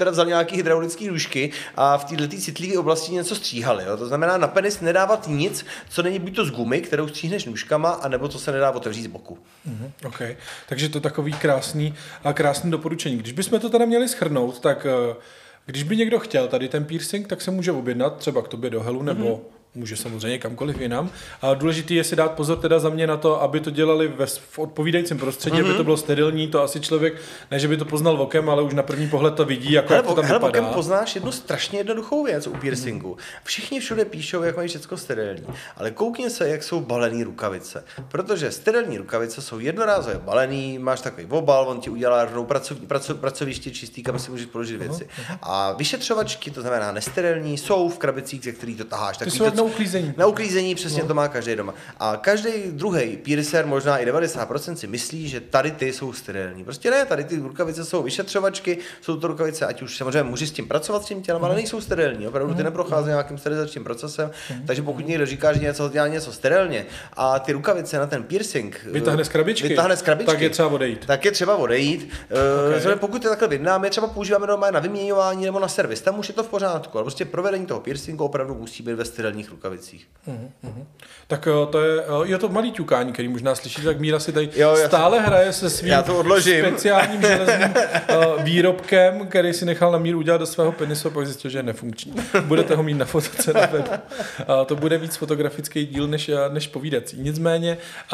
teda vzali nějaký hydraulický nůžky a v této citlivé oblasti něco stříhali. Jo? To znamená na penis nedávat nic, co není buď to z gumy, kterou stříhneš nůžkama, anebo co se nedá otevřít z boku. Okay. Takže to je takový krásný doporučení. Když bychom to teda měli shrnout, tak když by někdo chtěl tady ten piercing, tak se může objednat třeba k tobě do Helu, nebo může samozřejmě kamkoliv jinam. A důležitý je si dát pozor teda za mě na to, aby to dělali v odpovídajícím prostředí, aby to bylo sterilní, to asi člověk, ne že by to poznal okem, ale už na první pohled to vidí, jako jak to tam vypadá. Okem poznáš jednu strašně jednoduchou věc u piercingu. Všichni všude píšou, jak mají všechno sterilní, ale koukni se, jak jsou balený rukavice. Protože sterilní rukavice jsou jednorázově balený, máš takový obal, on ti udělá rovnou pracoviště čistý, kam si můžeš položit věci. A vyšetřovačky, to znamená nesterilní, jsou v krabicích, ze kterých to taháš. Na uklízení, přesně to má každý doma. A každý druhý piercer, možná i 90% si myslí, že tady ty jsou sterilní. Prostě ne, tady ty rukavice jsou vyšetřovačky, jsou to rukavice, ať už samozřejmě můžeš s tím pracovat s tím tělem, ale nejsou sterilní. Opravdu ty neprocházejí nějakým sterilizačním procesem. Takže pokud někdo říká, že něco dělá něco sterilně a ty rukavice na ten piercing vytáhne z krabičky, tak je třeba odejít. Pokud je takhle vyjednáme, je třeba používáme normálně na vyměňování nebo na servis. Tam už je to v pořádku, ale prostě provedení toho piercingu opravdu musí být ve sterilních rukavicích. Tak to je to malý ťukání, který možná slyšíte, tak Míra si tady stále hraje se svým speciálním železným výrobkem, který si nechal na Míru udělat do svého penisu a pak zjistil, že je nefunkční. Budete ho mít na fotce na webu. To bude víc fotografický díl než povídací. Nicméně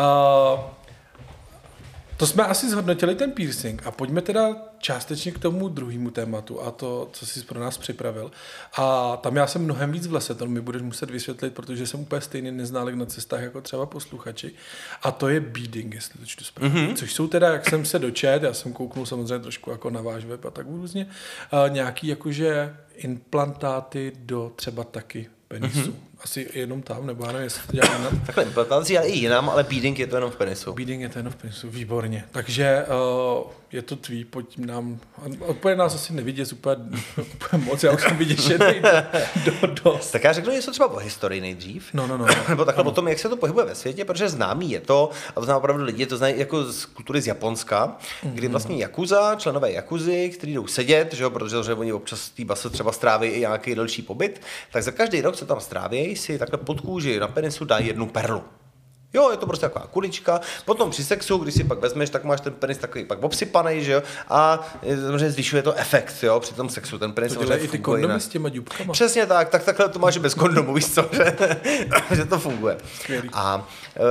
to jsme asi zhodnotili ten piercing a pojďme teda částečně k tomu druhému tématu a to, co jsi pro nás připravil. A tam já jsem mnohem víc v lese, to mi budeš muset vysvětlit, protože jsem úplně stejný neználek na cestách jako třeba posluchači. A to je beading, jestli to čtu správně. Což jsou teda, jak jsem se dočet, já jsem kouknul samozřejmě trošku jako na váš web a tak různě, nějaký jakože implantáty do třeba taky penisu. Asi jenom tam, nebo já nevím, jestli to dělá jinam. Takhle implantací, ale i jinam, ale beading je to jenom v penisu. Beading je to jenom v penisu, výborně. Takže je to tvý, pojď nám, odpověď nás asi nevidět úplně moc, já už jsem vyděšený dost. Tak já řeknu něco třeba o historii nejdřív. No. Nebo takhle o tom, jak se to pohybuje ve světě, protože známý je to, a to znamená opravdu lidi, to znají jako z kultury z Japonska, kdy vlastně jakuza, členové jakuzy, kteří jdou sedět, že jo, protože oni občas v té base třeba stráví i nějaký delší pobyt, tak za každý rok, co tam stráví, si takhle pod kůži na penisu dá jednu perlu. Jo, je to prostě taková kulička. Potom při sexu, když si pak vezmeš, tak máš ten penis takový pak obsypaný, že jo? A samozřejmě zvyšuje to efekt, jo, při tom sexu. Ten penis to dělají i ty kondomy s těma dňubkama. Přesně tak takhle to máš bez kondomu, víš co, že to funguje. Skvělý. A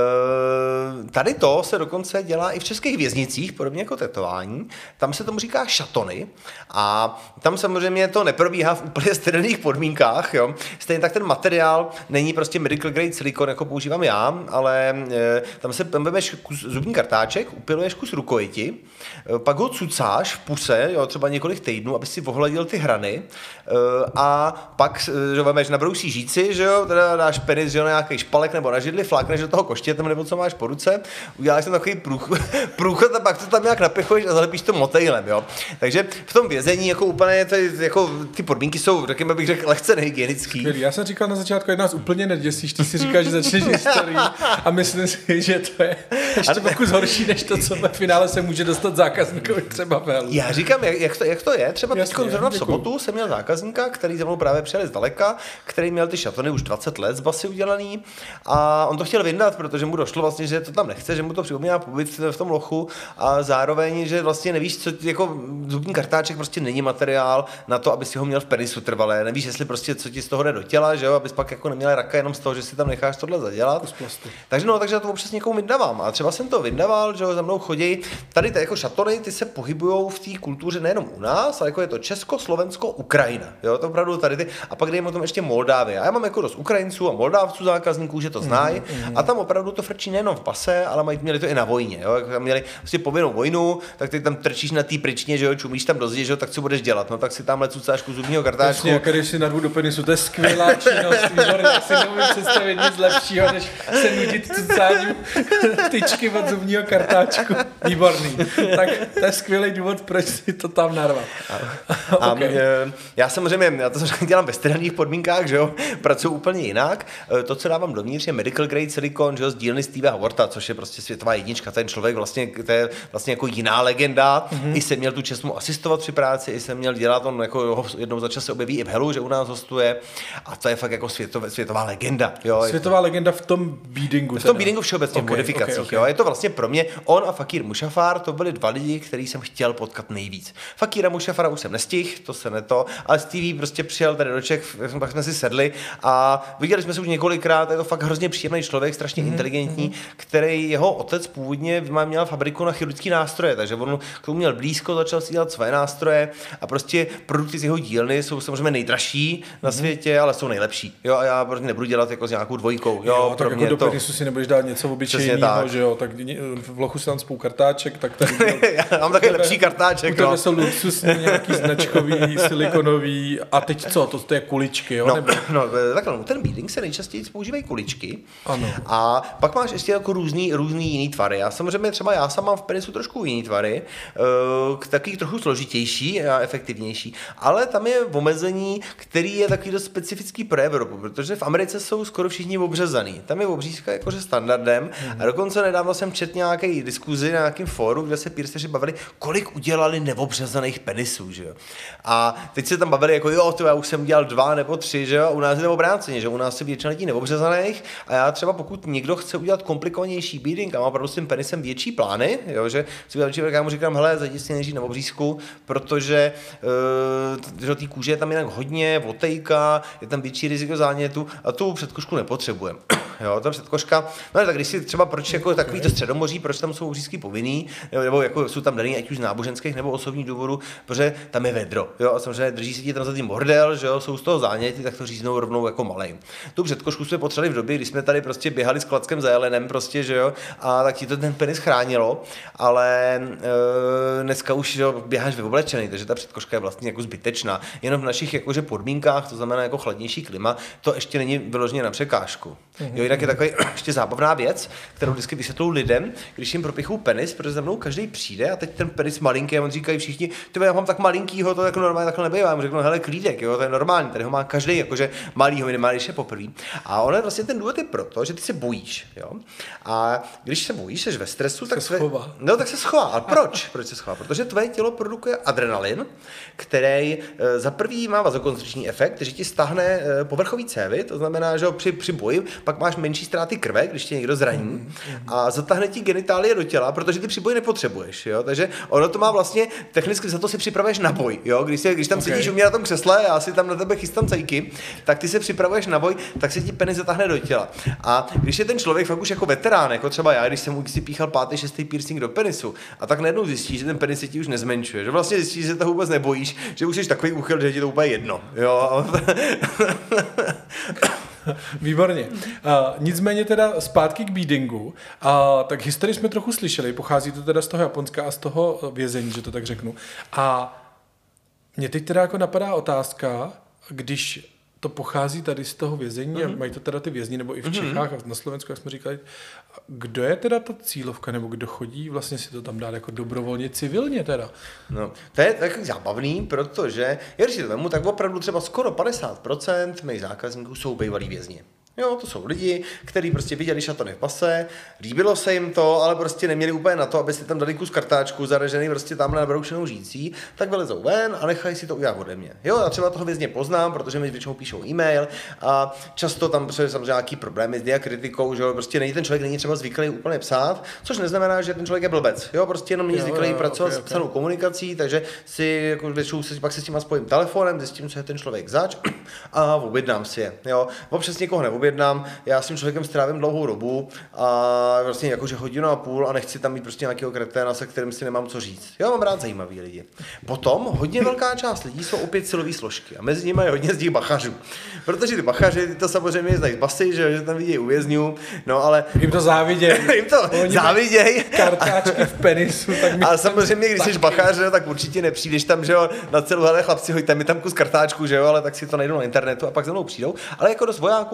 tady to se dokonce dělá i v českých věznicích, podobně jako tetování. Tam se tomu říká šatony a tam samozřejmě to neprobíhá v úplně sterilních podmínkách, jo. Stejně tak ten materiál není prostě medical grade silikon, jako používám já, ale tam vemeš kus zubní kartáček, upiluješ kus rukojiti, pak ho cucáš v puse, jo, třeba několik týdnů, aby si ohladil ty hrany a pak vemeš, nabrousíš žíci, že jo, teda dáš penis, že jo, na nějaký špalek nebo na židli, flákneš do toho koštětem nebo co máš po ruce, uděláš tam takový průchod a pak to tam nějak napěchuješ a zalepíš to motejlem, jo. Takže v tom vězení jako úplně jako ty podmínky jsou, řekněme bych řekl, lehce nehygienický. Skvělý. Já jsem říkal na začátku, že nás úplně neděsíš, ty si říkáš, že začneš historií a myslím si, že to je ještě pokus horší, než to, co ve finále se může dostat zákazníkovi třeba v Helu. Já říkám, jak to je. Třeba teď zrovna v sobotu jsem měl zákazníka, který za mnou právě přijel zdaleka, který měl ty šatony už 20 let z basy udělaný a on to chtěl vyndat, protože mu došlo vlastně, že to tam nechce, že mu to připomíná pobyt v tom lochu a zároveň, že vlastně nevíš, co jako zubní kartáček prostě není materiál na to, aby si ho měl v penisu trvalé. Nevíš, jestli prostě co ti z toho jde do těla, že jo, abys pak jako neměl raka jenom z toho, že si tam necháš tohle zadělat. Takže já to občas někomu vyndávám. A třeba jsem to vyndával, že za mnou chodí. Tady ty jako šatony, ty se pohybujou v té kultuře nejenom u nás, ale jako je to Česko, Slovensko, Ukrajina. Jo, to opravdu tady ty. A pak dejme o tom ještě Moldávie. A já mám jako dost Ukrajinců a Moldávců zákazníků, že to znají. A tam opravdu to frčí nejenom v pase, ale měli to i na vojně. Jo. Jak měli vlastně povinnou vojnu, tak ty tam trčíš na té pryčně, že jo, čumíš tam do zdi, že jo, tak co budeš dělat? No tak si tamhle cucášku zubního kartáčku. Jasně, když si narvu do penisu, to je skvělá činnost. Výborně, si nemůžu představit nic lepšího, než se nudit cucáním tyčky od zubního kartáčku. Výborný. Tak to je skvělý důvod, proč si to tam narvat. Okay. Já samozřejmě, já to dělám ve sterilních podmínkách, že jo, pracuji úplně jinak. To, co dávám dovnitř, je medical grade silicon, že jo, z dílny Stevea Howarta, což je prostě světová jednička. Ten člověk vlastně, to je vlastně jako jiná legenda. I jsem měl tu čest mu asistovat při práci, i jsem měl dělat, on jako jednou za čas se objeví i v Helu, že u nás hostuje. A to je fakt jako světová legenda. Jo. Světová legenda v tom beadingu. V tom beadingu všeobecně, v modifikacích. Okay. Jo. Je to vlastně pro mě, on a Fakir Mušafar, to byli dva lidi, který jsem chtěl potkat nejvíc. Fakira Mušafara už jsem nestihl, to se neto, ale Stevie prostě přijel tady do Čech, pak jsme si sedli a viděli jsme se už několikrát, je to fakt hrozně příjemný člověk, strašně inteligentní, který jeho otec původně měl fabriku na chirurgické nástroje, takže on k tomu měl blízko, začal si dělat své nástroje a prostě produkty z jeho dílny jsou samozřejmě nejdražší na světě, ale jsou nejlepší. Jo, a já prostě nebudu dělat jako s nějakou dvojkou. Jo, tak jako do penisu si nebudeš dát něco obyčejného, že jo, tak v lochu si tam spou kartáček, tak tady já mám takový lepší kartáček. U tebe jsou luxusní, nějaký značkový, silikonový a teď co, to je kuličky, jo? No, takhle, ten beading se nejčastěji používají kuličky. Ano. A pak máš ještě jako různý jiný tvary. Já samozřejmě třeba já sám mám v penisu trošku jiný tvary, takový trochu složitější a efektivnější, ale tam je omezení, který je takový dost specifický pro Evropu, protože v Americe jsou skoro všichni obřezaný. Tam je obřízka jakože standardem a dokonce nedávno jsem četl nějaký diskuzi na nějakém fóru, kde se pierceři bavili, kolik udělali neobřezaných penisů, že jo. A teď se tam bavili jako jo, to já už jsem dělal 2 nebo 3, že jo, a u nás je to obráceně, že u nás je většina lidí neobřezaných a já třeba pokud někdo chce udělat komplikovanější beading a má opravdu s tím penisem větší plány, jo, že chci udělat větší, já mu říkám, hele, zajdi si nejdřív na obřízku, protože té kůže je tam jinak hodně, otejka, je tam větší riziko zánětu a tu předkošku nepotřebujeme. Jo, ta předkoška, no tak když si třeba proč jako takový to Středomoří, proč tam jsou obřízky povinný, nebo jako jsou tam daný ať už z náboženských nebo osobních důvodů, protože tam je vedro. Jo, a samozřejmě drží se ti tam za tím bordel, že jo, jsou z toho záněty, tak to říznou rovnou jako malej. Tu předkošku jsme potřebovali v době, kdy jsme tady prostě běhali s klackem za jelenem prostě, že jo, a tak ti to ten penis chránilo, ale dneska už jo, běháš vyoblečený, takže ta předkoška je vlastně jako zbytečná. Jenom v našich jakože podmínkách, to znamená jako chladnější klima, to ještě není vyloženě na překážku. Jo, jinak je takový ještě zábavná věc, kterou vždycky vysvětluji lidem, když jim propichou penis, protože za mnou každý přijde a teď ten penis malinký a on říkají všichni, ty já mám tak malinkýho, to jako normálně takhle nebývá. Já mu řeknu, hele, klídek, jo, to je normální, tady ho má každý, jakože malýho minimálně, když je poprvé. A ono vlastně ten důvod je proto, že ty se bojíš, jo. A když se bojíš, jsi ve stresu, tak se schová. No, tak se schová. Ale proč? Proč se schová? Protože tvoje tělo produkuje adrenalin, který za prvý má vazokonstriční efekt, že ti stáhne povrchový cévy, to znamená, že při boji pak máš menší ztráty krve, když tě někdo zraní a zatáhne ti genitálie do těla, protože ty při boji nepotřebuješ, jo? Takže ono to má vlastně technicky za to si připravuješ na boj, jo? Když tam sedíš u mě na tom křesle, já si tam na tebe chystám cejky, tak ty se připravuješ na boj, tak se ti penis zatáhne do těla. A když je ten člověk fakt už jako veterán, jako třeba já, když jsem si píchal 5., 6. piercing do penisu, a tak najednou zjistíš, že ten penis se ti už nezmenšuje, že vlastně zjistíš, že se toho vůbec nebojíš, že už jsi takový úchyl, že ti to úplně jedno, jo? Výborně. Nicméně teda zpátky k beadingu. Tak historii jsme trochu slyšeli, pochází to teda z toho Japonska a z toho vězení, že to tak řeknu. A mě teď teda jako napadá otázka, když to pochází tady z toho vězení a mají to teda ty vězni, nebo i v Čechách a na Slovensku, jak jsme říkali, kdo je teda ta cílovka, nebo kdo chodí vlastně si to tam dát jako dobrovolně civilně teda? No, to je takový zábavný, protože, když si to vemu, tak opravdu třeba skoro 50% mých zákazníků jsou bývalí vězni. Jo, to jsou lidi, kteří prostě viděli šatony v pase, líbilo se jim to, ale prostě neměli úplně na to, aby si tam dali kus kartáčku zaražený prostě tamhle na broušenou řící, tak vylezou ven a nechají si to udělat ode mě. Jo, já třeba toho vězně poznám, protože mi většinou píšou e-mail a často tam jsou samozřejmě nějaký problémy s diakritikou, že jo, prostě ten člověk není třeba zvyklý úplně psát, což neznamená, že ten člověk je blbec. Jo, prostě jenom není zvyklý pracovat s psanou komunikací, takže si jako většinou pak se s tím spojím telefonem, zjistím, co je ten člověk zač a objednám si je. Jo, občas někoho neobjednám, já s tím člověkem strávím dlouhou dobu a vlastně jakože 1,5 hodiny a nechci tam mít prostě nějakého kreténa, se kterým si nemám co říct. Jo, mám rád zajímavý lidi. Potom hodně velká část lidí jsou opět silové složky a mezi nimi je hodně z těch bachařů. Protože ty bachaři, ty to samozřejmě znají z basy, že tam vidějí u vězňů, no ale... Jim to záviděj. Jim to záviděj. Kartáčky v penisu. Tak a samozřejmě, když jsi bachař, tak určitě nepřijdeš tam, že jo, na celou hele chlapci, hoďte mi tam kus kartáčku, že jo, ale tak si to najdou na internetu a pak za mnou přijdou. Ale jako dost vojáků a policajtů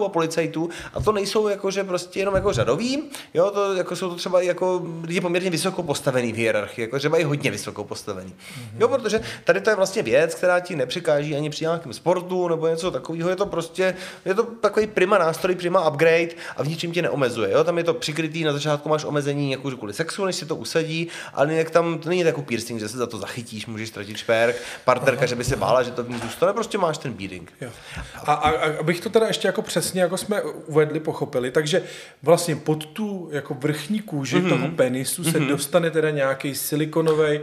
websiteů a to nejsou jakože prostě jenom jako řadoví, jo, to jako jsou to třeba jako lidi poměrně vysoko postavený v hierarchii, jako třeba i hodně vysoko postavený. Jo, protože tady to je vlastně věc, která ti nepřekáží ani při nějakém sportu nebo něco takového, je to takový prima nástroj, prima upgrade a v ničím tě neomezuje, jo, tam je to přikrytý, na začátku máš omezení jako kvůli sexu, než si to usadí, ale jinak tam to není jako piercing, že se za to zachytíš, můžeš ztratit šperk, partnerka, že by se bála, že to v ní zůstane, prostě máš ten beading. A abych to teda ještě jako přesně, jako jsme uvedli, pochopili, takže vlastně pod tu jako vrchní kůži toho penisu se dostane teda nějaký silikonový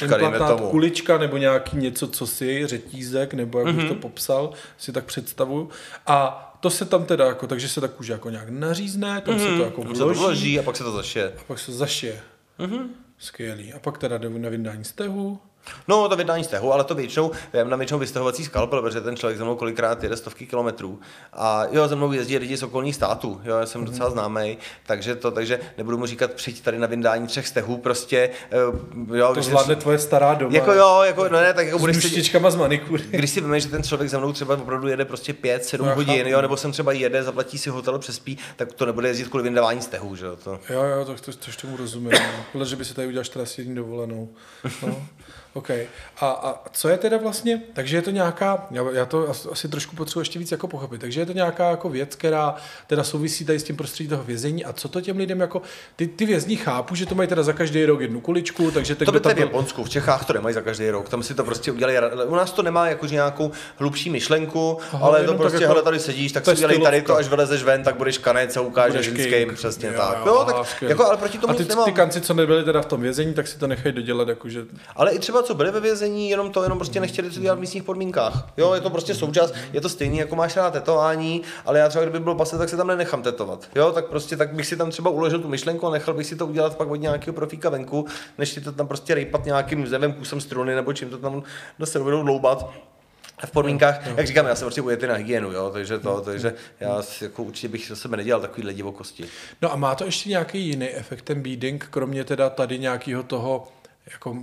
kulička nebo nějaký něco, co si, řetízek, nebo jak bych to popsal, si tak představuju. A to se tam teda jako, takže se ta kůže jako nějak nařízne, tam se to jako vloží a pak se to zašije. A pak se zašije. Skvělý. A pak teda jde na vyndání stehu. No, to vydání stehu, ale to většinou vystahovací skalpel, protože ten člověk za mnou kolikrát jede stovky kilometrů. A jo, za mnou jezdí lidi z okolních států, jo, já jsem docela známý, takže nebudu mu říkat přijď tady na vyndání 3 stehů, prostě. Jo, to zvládne tvoje stará doma. Tak jako budeš s nůžtičkama z manikury. Když si víme, že ten člověk za mnou třeba opravdu jede prostě 5-7 hodin, jo, nebo jsem třeba jede, zaplatí si hotel, přespí, tak to nebude jezdit kvůli vyndávání stehů, že jo. Jo, to tomu rozumím. Podle, že by si tady udělal 14 dovolenou. No. OK. A co je teda vlastně, takže je to nějaká, já to asi trošku potřebuji ještě víc jako pochopit, takže je to nějaká jako věc, která teda souvisí tady s tím prostředí toho vězení a co to těm lidem jako, ty vězni chápu, že to mají teda za každý rok jednu kuličku, takže to by v Japonsku, v Čechách to nemají za každý rok, tam si to prostě udělají, u nás to nemá jakože nějakou hlubší myšlenku, ale to prostě, hele, tady sedíš, tak si udělej tady to, až vylezeš ven, tak budeš kanec a ukážeš ženským, přesně tak. Jo, tak jako, ale proti tomu nic nemám. A ty kanci, co nebyli teda v tom vězení, tak si to nechají dodělat jakože. Ale i třeba co byli ve vězení, jenom prostě nechtěli to dělat v místních podmínkách. Jo, je to prostě součást, je to stejný, jako máš rád tetování, ale já třeba kdyby byl pase, tak se tam nenechám tetovat. Jo, tak prostě tak bych si tam třeba uložil tu myšlenku a nechal bych si to udělat pak od nějakého profíka venku, než si to tam prostě rejpat nějakým zevem kusem struny nebo čím to tam se budou dloubat. V podmínkách, jak říkám, já jsem prostě ujetý na hygienu, jo, takže já jako určitě bych ze sebe nedělal takový divokosti. No a má to ještě nějaký jiný efekt ten beading, kromě teda tady nějakého toho jako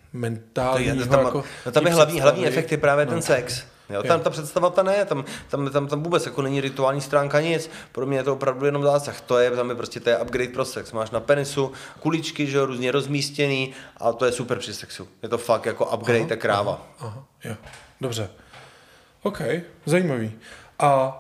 mentálního, tam je hlavní efekt je právě ten sex. Jo, tam ta představa ta ne, tam vůbec jako není rituální stránka nic, pro mě je to opravdu jenom zásah, tam je prostě to je upgrade pro sex, máš na penisu kuličky, že jo, různě rozmístěný a to je super při sexu, je to fakt jako upgrade, kráva. Jo, dobře, OK, zajímavý. A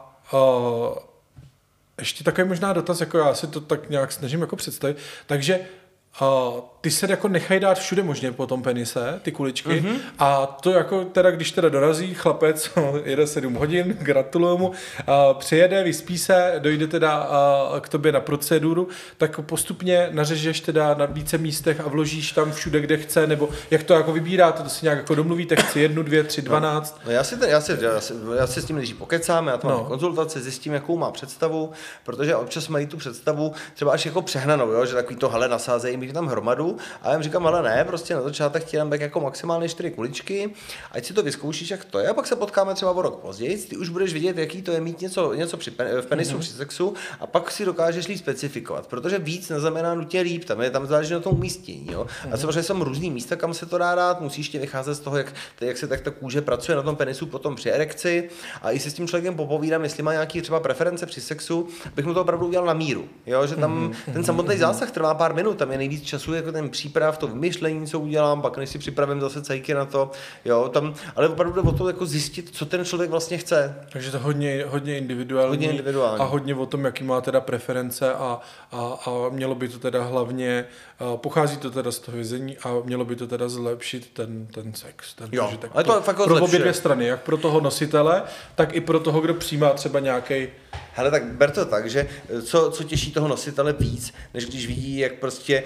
ještě takový možná dotaz, jako já si to tak nějak snažím jako představit, takže ty se jako nechají dát všude možně po tom penise, ty kuličky, a to jako teda, když teda dorazí chlapec, jede 7 hodin, gratuluju mu, přijede, vyspí se, dojde teda k tobě na proceduru, tak postupně nařežeš teda na více místech a vložíš tam všude, kde chce, nebo jak to jako vybíráte, to si nějak jako domluvíte, chci 1, 2, 3, 12. No já si s tím nejdřív pokecám, já to mám konzultaci, zjistím, jakou má představu, protože občas mají tu představu třeba až jako přehnanou, jo, že takový to hele nasázejí mi tam hromadu a já jim říkám, ale ne, prostě na začátek chtěl tak jako maximálně 4 kuličky, ať si to vyzkoušíš, jak to je, a pak se potkáme třeba o rok později, ty už budeš vidět, jaký to je mít něco v penisu při sexu a pak si dokážeš líp specifikovat, protože víc neznamená nutně líp, tam záleží na tom umístění, jo. A samozřejmě jsou různý místa, kam se to dá dát, musíš tě vycházet z toho, jak se tak ta kůže pracuje na tom penisu potom při erekci a i si s tím člověkem popovídám, jestli má nějaký třeba preference při sexu, bych mu to opravdu udělal na míru, jo, že tam ten samotný zásah trvá pár minut, tam je nejvíc času jako ten příprav, to vymyšlení, co udělám, pak než si připravím zase cajky na to, jo, tam, ale opravdu o to jako zjistit, co ten člověk vlastně chce. Takže to hodně individuální a hodně o tom, jaký má teda preference a mělo by to teda hlavně, pochází to teda z toho vězení a mělo by to teda zlepšit ten sex, ten požitek. Ale to fakt pro obě dvě strany, jak pro toho nositele, tak i pro toho, kdo přijímá třeba nějaký. Hele, tak ber to tak, že co těší toho nositele víc, než když vidí, jak prostě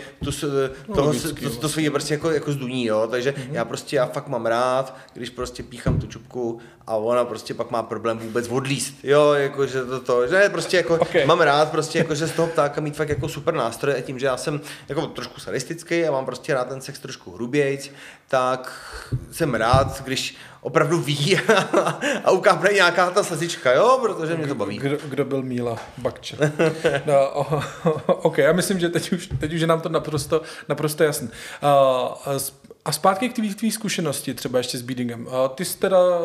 to svoje prostě jako zduní, jo, takže já fakt mám rád, když prostě píchám tu čupku a ona prostě pak má problém vůbec odlíst, jo, jakože že prostě jako mám rád prostě jakože z toho ptáka mít fakt jako super nástroje a tím, že já jsem jako trošku sadistický a mám prostě rád ten sex trošku hrubějc, tak jsem rád, když opravdu ví a ukápne nějaká ta sazička, jo, protože mě to baví. Kdo byl Míla Bakčer? No, OK, já myslím, že teď už je nám to naprosto jasné. A zpátky k tvý zkušenosti třeba ještě s beadingem. Ty jsi teda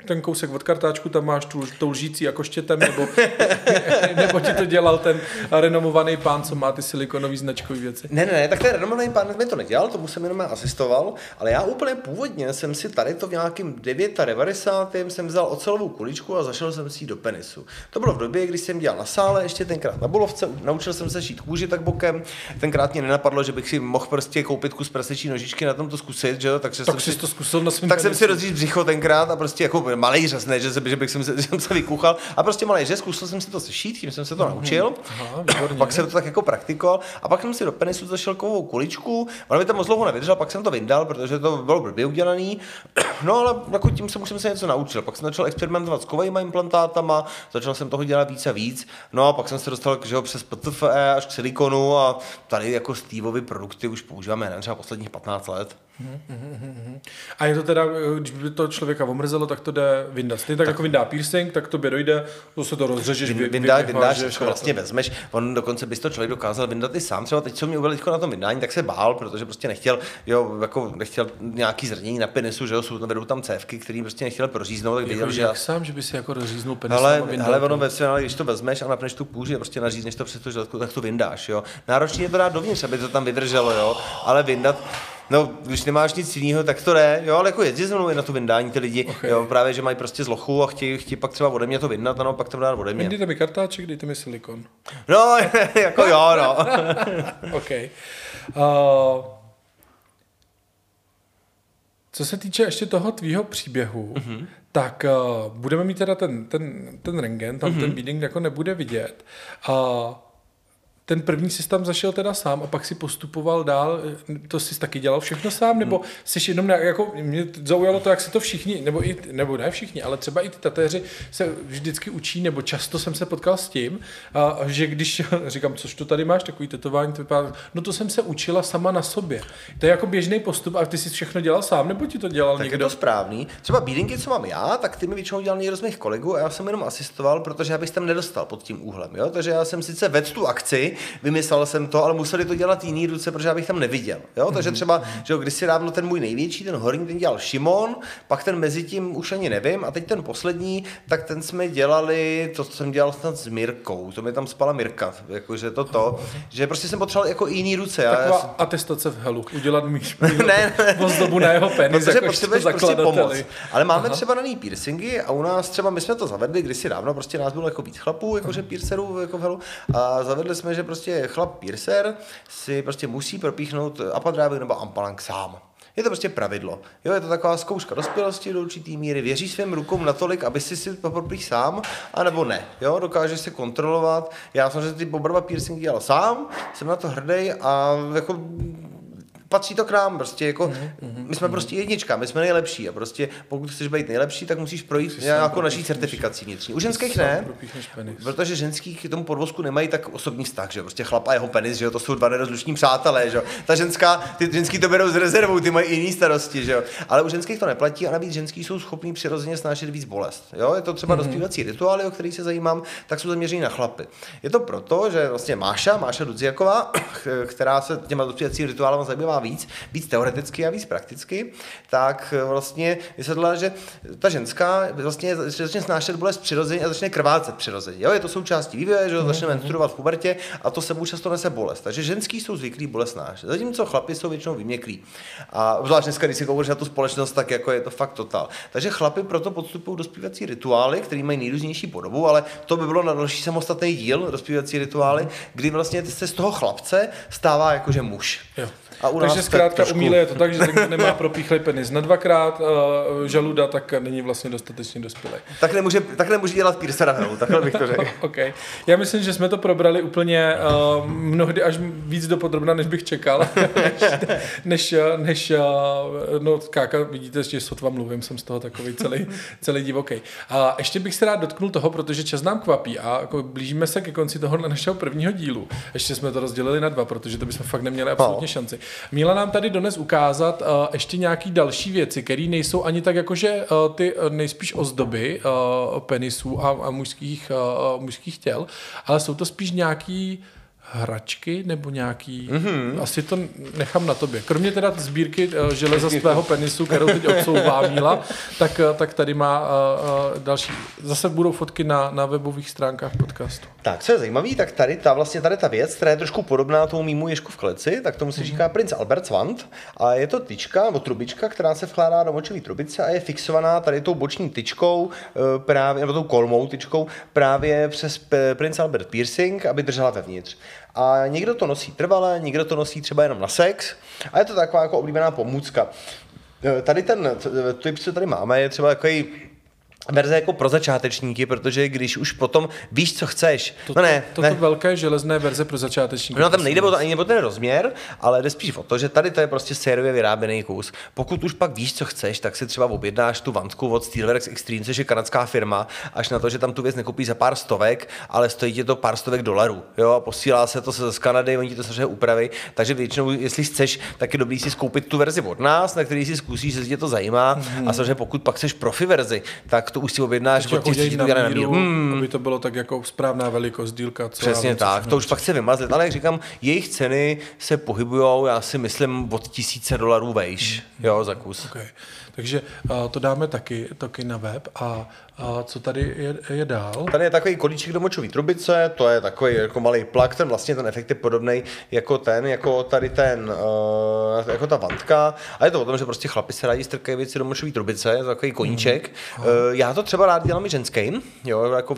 ten kousek od kartáčku, tam máš tu lžící jako štětem, nebo ti to dělal ten renomovaný pán, co má ty silikonový značkový věci? Ne, tak ten renomovaný pán mi to nedělal, tomu jsem jenom asistoval, ale já úplně původně jsem si tady to v nějakým 99. jsem vzal ocelovou kuličku a zašel jsem si do penisu. To bylo v době, kdy jsem dělal na sále, ještě tenkrát na Bulovce, naučil jsem se šít kůži tak bokem, tenkrát mě nenapadlo, že bych si mohl prostě koupit kus prasečí nožičky na tom to zkusit, že jo, takže tak jsem to zkusil na svým tak jsem si rozříct břicho tenkrát a prostě jako malej řez, ne, že bych jsem se vykuchal, a prostě malej řez, zkusil jsem si to sešít, tím jsem se to naučil. Aha, pak jsem to tak jako praktikoval a pak jsem si do penisu zašel kovovou kuličku, ona mi tam moc dlouho nevydržela, pak jsem to vyndal, protože to bylo blbě udělaný. No ale jako tím jsem už se něco naučil. Pak jsem začal experimentovat s kovovými implantátama, začal jsem toho dělat víc a víc. No a pak jsem se dostal přes PTFE až k silikonu a tady jako Steveovy produkty už používáme třeba posledních 15 let. A je to teda, když by to člověka omrzelo, tak to jde vyndat. Stejně tak jako vyndá piercing, tak to dojde, to se to rozřežeš, vyndáš, všechno vlastně vezmeš. On dokonce bys to člověk dokázal vyndat i sám. Třeba teď, co mě uvedl na tom vyndání, tak se bál, protože prostě nechtěl nějaký zranění na penisu, že jo, vedou tam cévky, který prostě nechtěl proříznout, tak viděl, že sám, že by si jako rozříznul penis. Ale ono ve finále, když to vezmeš a napneš tu kůži a prostě nařízneš to přes tu žletku, tak to vyndáš, jo. Náročně je to dát dovnitř, aby to tam vydrželo, jo, ale vyndat. No, když nemáš nic jiného, tak to jde, jo, ale jako jezdí se mnou na tu vyndání ty lidi, jo, právě, že mají prostě zlochu a chtějí pak třeba ode mě to vyndat, ano, pak to dát ode mě. Dejte mi kartáček, dejte mi silikon. No, jako jo, no. OK. Co se týče ještě toho tvýho příběhu, tak budeme mít teda ten rentgen, tam ten beading jako nebude vidět. Ten první si tam zašel teda sám a pak si postupoval dál, to jsi taky dělal všechno sám, nebo jsi jenom, jako mě zaujalo to, jak se to všichni, nebo ne všichni, ale třeba i ty tatéři se vždycky učí, nebo často jsem se potkal s tím, že když říkám, což to tady máš, takový tetování, to vypadá, no to jsem se učila sama na sobě. To je jako běžný postup, a ty jsi všechno dělal sám, nebo ti to dělal tak někdo? Tak je to správný. Třeba beadingy, co mám já, tak ty mi většinou dělal někdo z mých kolegů a já jsem jenom asistoval, protože já bych tam nedostal pod tím úhlem, jo? Takže já jsem sice vedl tu akci, vymyslel jsem to, ale museli to dělat jiný ruce, protože já bych tam neviděl. Jo? Takže třeba, že kdysi dávno ten můj největší, ten horní, ten dělal Šimon, pak ten mezi tím už ani nevím, a teď ten poslední, tak ten jsme dělali, to jsem dělal snad s Mirkou, to mi tam spala Mirka, jakože že prostě jsem potřeboval jako jiný ruce. Taková atestace v Helu, udělat ozdobu na jeho penis, protože potřebuješ prostě pomoct. Ale máme třeba na ní piercingy a u nás třeba, my jsme to zavedli kdysi dávno, prostě nás bylo jako víc chlapů, jakože piercerů jako v Helu, a zavedli jsme, že prostě chlap piercer si prostě musí propíchnout apadrávek nebo ampalang sám. Je to prostě pravidlo. Jo, je to taková zkouška dospělosti do určitý míry. Věříš svým rukám natolik, aby si to propích sám, anebo ne. Jo, dokážeš se kontrolovat. Já jsem že ty oba piercingy dělal sám, jsem na to hrdý a jako patří to k nám, prostě jako, my jsme prostě jednička, my jsme nejlepší a prostě pokud chceš být nejlepší, tak musíš projít nějakou naší certifikací vnitřní. U ženských ne, protože ženský k tomu podvozku nemají tak osobní vztah, že prostě chlap a jeho penis, že jo, to jsou dva nerozluční přátelé, že jo. Ty ženský to berou s rezervou, ty mají jiný starosti, že jo. Ale u ženských to neplatí a navíc ženský jsou schopní přirozeně snášet víc bolest. Jo, je to třeba dospívací rituály, o kterých se zajímám, tak jsou zaměření na chlapy. Je to proto, že vlastně Máša Dudziaková, která se těma dospívacími rituály zabývá víc teoreticky a víc prakticky, tak vlastně vysvětlila, že ta ženská vlastně začne snášet bolest přirozeně a začne krvácet přirozeně. Jo, je to součástí vývoje, že začne menstruovat v pubertě a to sebou často nese bolest. Takže ženský jsou zvyklí bolest snášet, zatímco chlapi jsou většinou vyměklí. A zvlášť dneska, když si koukáš na tu společnost, tak jako je to fakt totál. Takže chlapi proto podstupují dospívací rituály, které mají nejrůznější podobu, ale to by bylo na další samostatný díl dospívací rituály, kdy vlastně se z toho chlapce stává jakože muž. Jo. Takže zkrátka umíle je to tak, že ten nemá propíchlej penis na dvakrát žaluda, tak není vlastně dostatečně dospělý. Tak nemůže dělat piercera, takhle bych to řekl. Okay. Já myslím, že jsme to probrali úplně mnohdy až víc dopodrobna, než bych čekal. No káka, vidíte, že sotva mluvím, jsem z toho takový celý divoký. A ještě bych se rád dotknul toho, protože čas nám kvapí a jako blížíme se ke konci toho našeho prvního dílu. Ještě jsme to rozdělili na 2, protože to bychom fakt neměli absolutně šanci. Měla nám tady dnes ukázat ještě nějaký další věci, které nejsou ani tak jakože ty nejspíš ozdoby penisů a mužských těl, ale jsou to spíš nějaký hračky nebo nějaký... Asi to nechám na tobě. Kromě teda sbírky železa z tvého penisu, kterou teď odsouvá Míla, tak tady má další. Zase budou fotky na webových stránkách podcastu. Tak, co je zajímavý, tak tady ta věc, která je trošku podobná tomu mýmu ježku v kleci, tak tomu se říká Prince Albert Wand a je to tyčka nebo trubička, která se vkládá do močové trubice a je fixovaná tady tou boční tyčkou, právě, nebo tou kolmou tyčkou právě přes Prince Albert piercing, aby držela vevnitř. A někdo to nosí trvale, někdo to nosí třeba jenom na sex a je to taková jako oblíbená pomůcka. Tady ten typ, co tady máme, je třeba takový verze jako pro začátečníky, protože když už potom víš, co chceš. Toto velké železné verze pro začátečníky. No tam nejde ani o ten rozměr, ale jde spíš o to, že tady to je prostě sériově vyráběný kus. Pokud už pak víš, co chceš, tak si třeba objednáš tu vantku od Steelworks Extreme, což je kanadská firma, až na to, že tam tu věc nekoupíš za pár stovek, ale stojí ti to pár stovek dolarů. Jo, a posílá se to z Kanady, oni ti to samozřejmě upraví, takže většinou, jestli chceš, tak je dobrý si skoupit tu verzi od nás, na který si zkusíš, jestli tě to zajímá. A samozřejmě pokud pak chceš profi verzi, tak to už si objednáš od těch na míru, aby to bylo tak jako správná velikost, dílka. Přesně tak, to už pak se vymazlit, ale jak říkám, jejich ceny se pohybujou, já si myslím, od $1000 vejš, jo, za kus. Okay. Takže to dáme taky na web a co tady je dál? Tady je takový kolíček do močové trubice, to je takový jako malý plug, ten vlastně ten efekt je podobný jako tady ten, jako ta vantka. A je to o tom, že prostě chlapi se rádi strkají věci do močové trubice, je to takový koníček. Já to třeba rád dělám i ženským, jo, jako v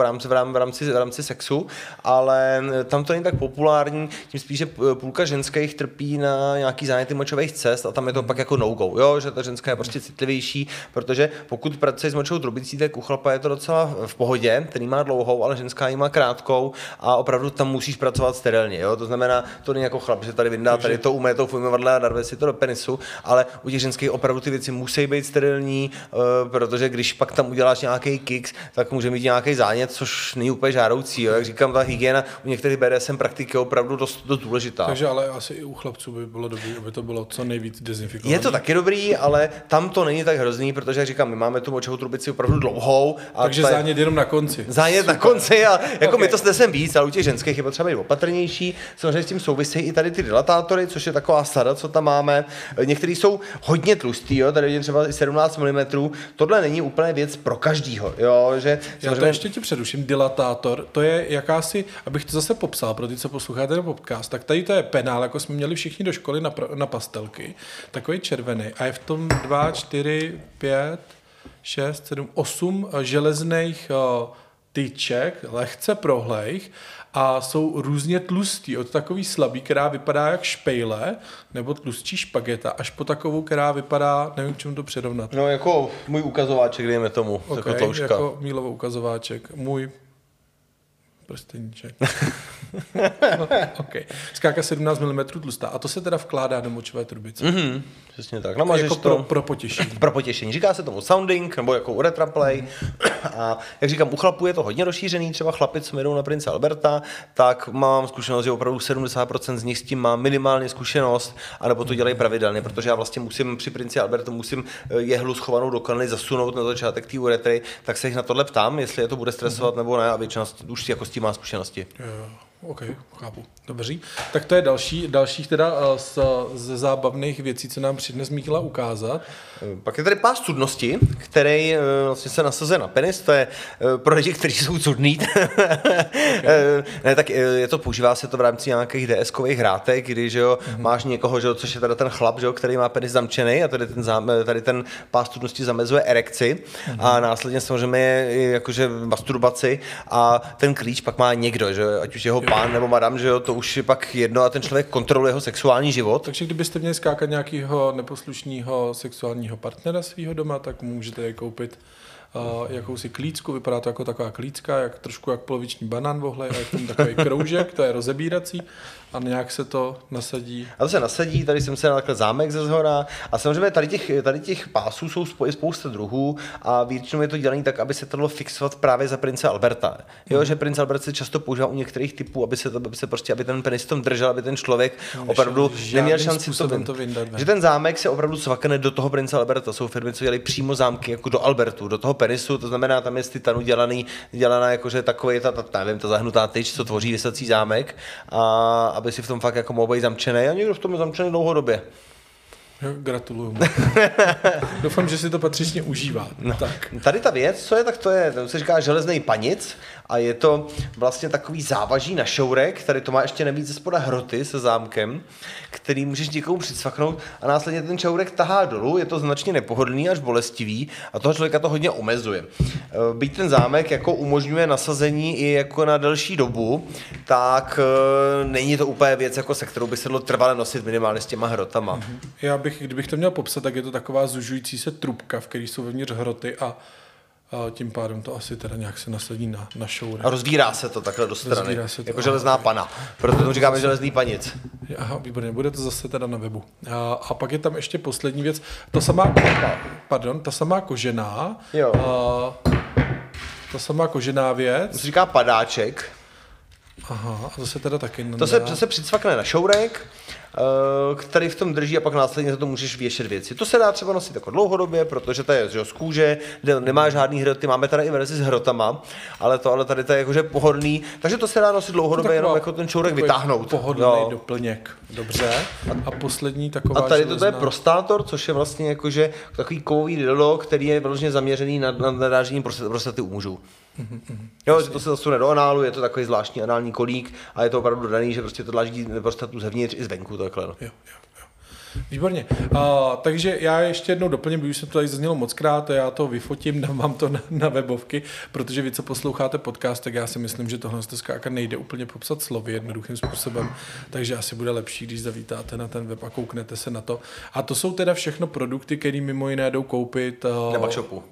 rámci sexu, ale tam to není tak populární, tím spíš, že půlka ženských trpí na nějaký záněty močových cest a tam je to pak jako no-go, jo, že ta ženská je prostě citlivější, protože pokud pracuješ s močovou trubicí, tak u chlapa je to docela v pohodě, ten má dlouhou, ale ženská ji má krátkou a opravdu tam musíš pracovat sterilně, jo, to znamená, to není jako chlap, že tady vyndá, tady to umé to umyvadle a narve si to do penisu, ale u těch ženských opravdu ty věci musí být sterilní, protože když pak tam uděláš nějaký kicks, tak může mít nějaký zánět, což není úplně žádoucí, jo, jak říkám, ta hygiena u některých BDSM praktik je opravdu dost důležitá. Takže ale asi i u chlapců by bylo dobré, aby to bylo co nejvíc dezinfikované. Je to taky dobrý, ale tam to není tak hrozný, protože jak říkám, my máme tu močovou trubici opravdu dlouhou. Takže zánět jenom na konci. Zánět na konci a jako my to snesem víc, ale u těch ženských je potřeba být opatrnější. Samozřejmě s tím souvisejí i tady ty dilatátory, což je taková sada, co tam máme. Některý jsou hodně tlustý, jo, tady je třeba i 17 mm. Tohle není úplně věc pro každýho, jo, že já to ještě ti předuším, dilatátor, to je jakási, abych to zase popsal pro ty, co posloucháte na podcast, tak tady to je penál, jako jsme měli všichni do školy na pastelky, takový červený a je v tom 2, 4, 5, 6, 7, 8 železných tyček, lehce prohlejch a jsou různě tlustý, od takový slabý, která vypadá jak špejle, nebo tlustší špageta, až po takovou, která vypadá, nevím, k čemu to přirovnat. No jako můj ukazováček, dejme tomu, okay, jako Mílovo ukazováček, můj prsteníček. No, okay. Skáka 17 mm tlustá. A to se teda vkládá do močové trubice. Přesně tak. Namažeš jako to pro potěšení. Pro potěšení. Říká se tomu sounding, nebo jako u retraplay. A jak říkám, u chlapů je to hodně rozšířený. Třeba chlapi, co jdou na Prince Alberta, tak mám zkušenost, že opravdu 70% z nich s tím má minimálně zkušenost, anebo to dělají pravidelně, protože já vlastně musím při Prince Albertu musím jehlu schovanou do kanely zasunout na začátek té uretry, tak se jich na tohle ptám, jestli je to bude stresovat nebo ne, a většina už jako s tím má zkušenosti. OK, chápu. Dobře. Tak to je dalších teda ze zábavných věcí, co nám přidnes Míla ukázat. Pak je tady pás cudnosti, který vlastně se nasazuje na penis, to je pro lidi, kteří jsou cudný. Ne, tak používá se to v rámci nějakých DS-kových hrátek, kdy že jo, máš někoho, že jo, což je teda ten chlap, že jo, který má penis zamčený a tady ten pás cudnosti zamezuje erekci a následně samozřejmě je jakože masturbaci a ten klíč pak má někdo, že jo, ať už jeho pán nebo madam, že jo, to už je pak jedno a ten člověk kontroluje jeho sexuální život. Takže kdybyste měli skákat nějakého neposlušného sexuálního partnera svého doma, tak můžete je koupit jakousi klícku, vypadá to jako taková klícka, trošku jak poloviční banán vohle, a je tam takový kroužek, to je rozebírací a nějak se to nasadí. A to se nasadí, tady jsem se dal takhle zámek ze zhora a samozřejmě tady těch pásů jsou spousta druhů a většinou je to dělané tak, aby se to dalo fixovat právě za Prince Alberta. Jo, že Prince Albert se často používá u některých typů, aby ten penis tom držel, aby ten člověk opravdu neměl šanci to vyndat. Že ten zámek se opravdu cvakne do toho Prince Alberta. Jsou firmy, co dělají přímo zámky jako do Albertu, do toho penisu, to znamená, tam je z titanu dělaná jakože takový ta zahnutá tyč, co tvoří visací zámek, a aby si v tom fakt jako mohl být zamčený, a někdo v tom je zamčený dlouhodobě. Gratuluju. Doufám, že si to patřičně užívá. No, tak. Tady ta věc, co je, tak to se říká železný panic a je to vlastně takový závaží na šourek, tady to má ještě navíc ze spoda hroty se zámkem, který můžeš někomu přicvaknout a následně ten šourek tahá dolů, je to značně nepohodlný až bolestivý a toho člověka to hodně omezuje. Byť ten zámek jako umožňuje nasazení i jako na delší dobu, tak není to úplně věc, jako se kterou by se dalo trvale nosit minimálně s těma hrotama. Kdybych to měl popsat, tak je to taková zužující se trubka, v který jsou vevnitř hroty a tím pádem to asi teda nějak se nasadí na šourek. A rozvírá se to takhle do strany, jako železná pana. Proto tomu říkáme železný panic. Aha, výborně, bude to zase teda na webu. A pak je tam ještě poslední věc, ta samá kožená, ta samá kožená věc. To se říká padáček. Aha, a to se teda taky To se přicvakne na šourek, který v tom drží a pak následně za to můžeš věšet věci. To se dá třeba nosit jako dlouhodobě, protože to je z kůže, nemá žádný hroty, máme tady i verzi s hrotama, ale tady to je jakože pohodlný, takže to se dá nosit dlouhodobě, jenom jako ten šourek vytáhnout. Pohodlný doplněk, dobře. A poslední taková a tady to je prostátor, což je vlastně jakože takový kovový dildo, který je vyloženě zaměřený na narážení prostaty u mužů. Jo, že to se zasune do análu, je to takový zvláštní anální kolík a je to opravdu daný, že prostě to dláždí prostatu zevnitř i zvenku takhle. No. Jo. Výborně. Takže já ještě jednou doplním, už jsem to tady zaznělo mockrát, já to vyfotím, dám to na webovky, protože vy, co posloucháte podcast, tak já si myslím, že tohle zkrátka nejde úplně popsat slovy jednoduchým způsobem, takže asi bude lepší, když zavítáte na ten web a kouknete se na to. A to jsou teda všechno produkty, které mimo jiné jdou koupit na Backshopu.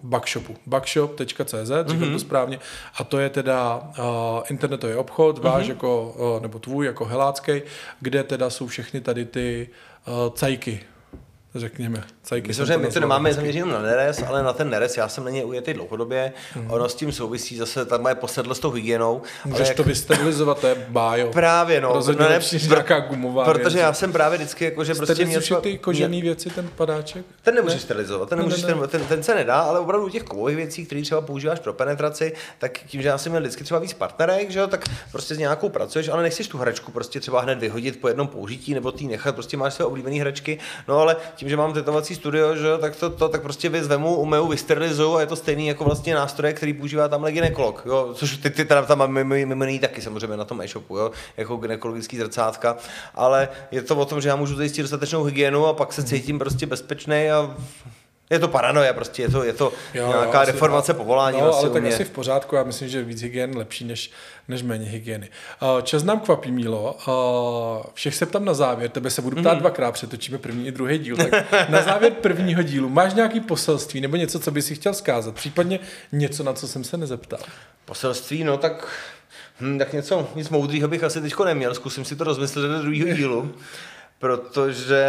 Backshop.cz, říkám to správně. A to je teda internetový obchod, váš jako, nebo tvůj jako helácký, kde teda jsou všechny tady ty cajky, řekněme. Myslím, že my to nemáme zaměřený na neres, ale na ten neres já jsem na něj ujetý dlouhodobě. Ono s tím souvisí zase ta moje posedlost s tou hygienou. Můžeš to vysterilizovat, to je bájo. Právě, no. Rozhodně lepší než nějaká gumová věc. Protože já jsem právě vždycky jako, že prostě něco... ty kožený věci, ten padáček? Ten nemůžeš sterilizovat, ten se nedá, ale opravdu těch kovových věcí, které třeba používáš pro penetraci, tak tím, že já jsem měl vždycky třeba víc partnerek, že jo, tak prostě s nějakou pracuješ, ale nechceš tu hračku prostě třeba hned vyhodit po jednom použití nebo ty nechat, prostě máš své oblíbené hračky. No ale tím, že mám tetovací studio, že tak tak prostě vezmu, umeju, vysterilizuju a je to stejný jako vlastně nástroje, který používá tamhle gynekolog, jo, což ty teda tam mimo jiný taky samozřejmě na tom e-shopu, jo, jako gynekologický zrcátka, ale je to o tom, že já můžu zajistit dostatečnou hygienu a pak se cítím prostě bezpečnej a je to paranoja, prostě je to nějaká deformace povolání. No, ale tak asi v pořádku, já myslím, že víc hygieny lepší než méně hygieny. Čas nám kvapí, Mílo. Všech se ptám na závěr, tebe se budu ptát dvakrát, přetočíme první i druhý díl. Tak na závěr prvního dílu máš nějaký poselství nebo něco, co bys si chtěl vzkázat? Případně něco, na co jsem se nezeptal. Poselství, no tak nic moudrýho bych asi teďko neměl, zkusím si to rozmyslet do druhého dílu, protože...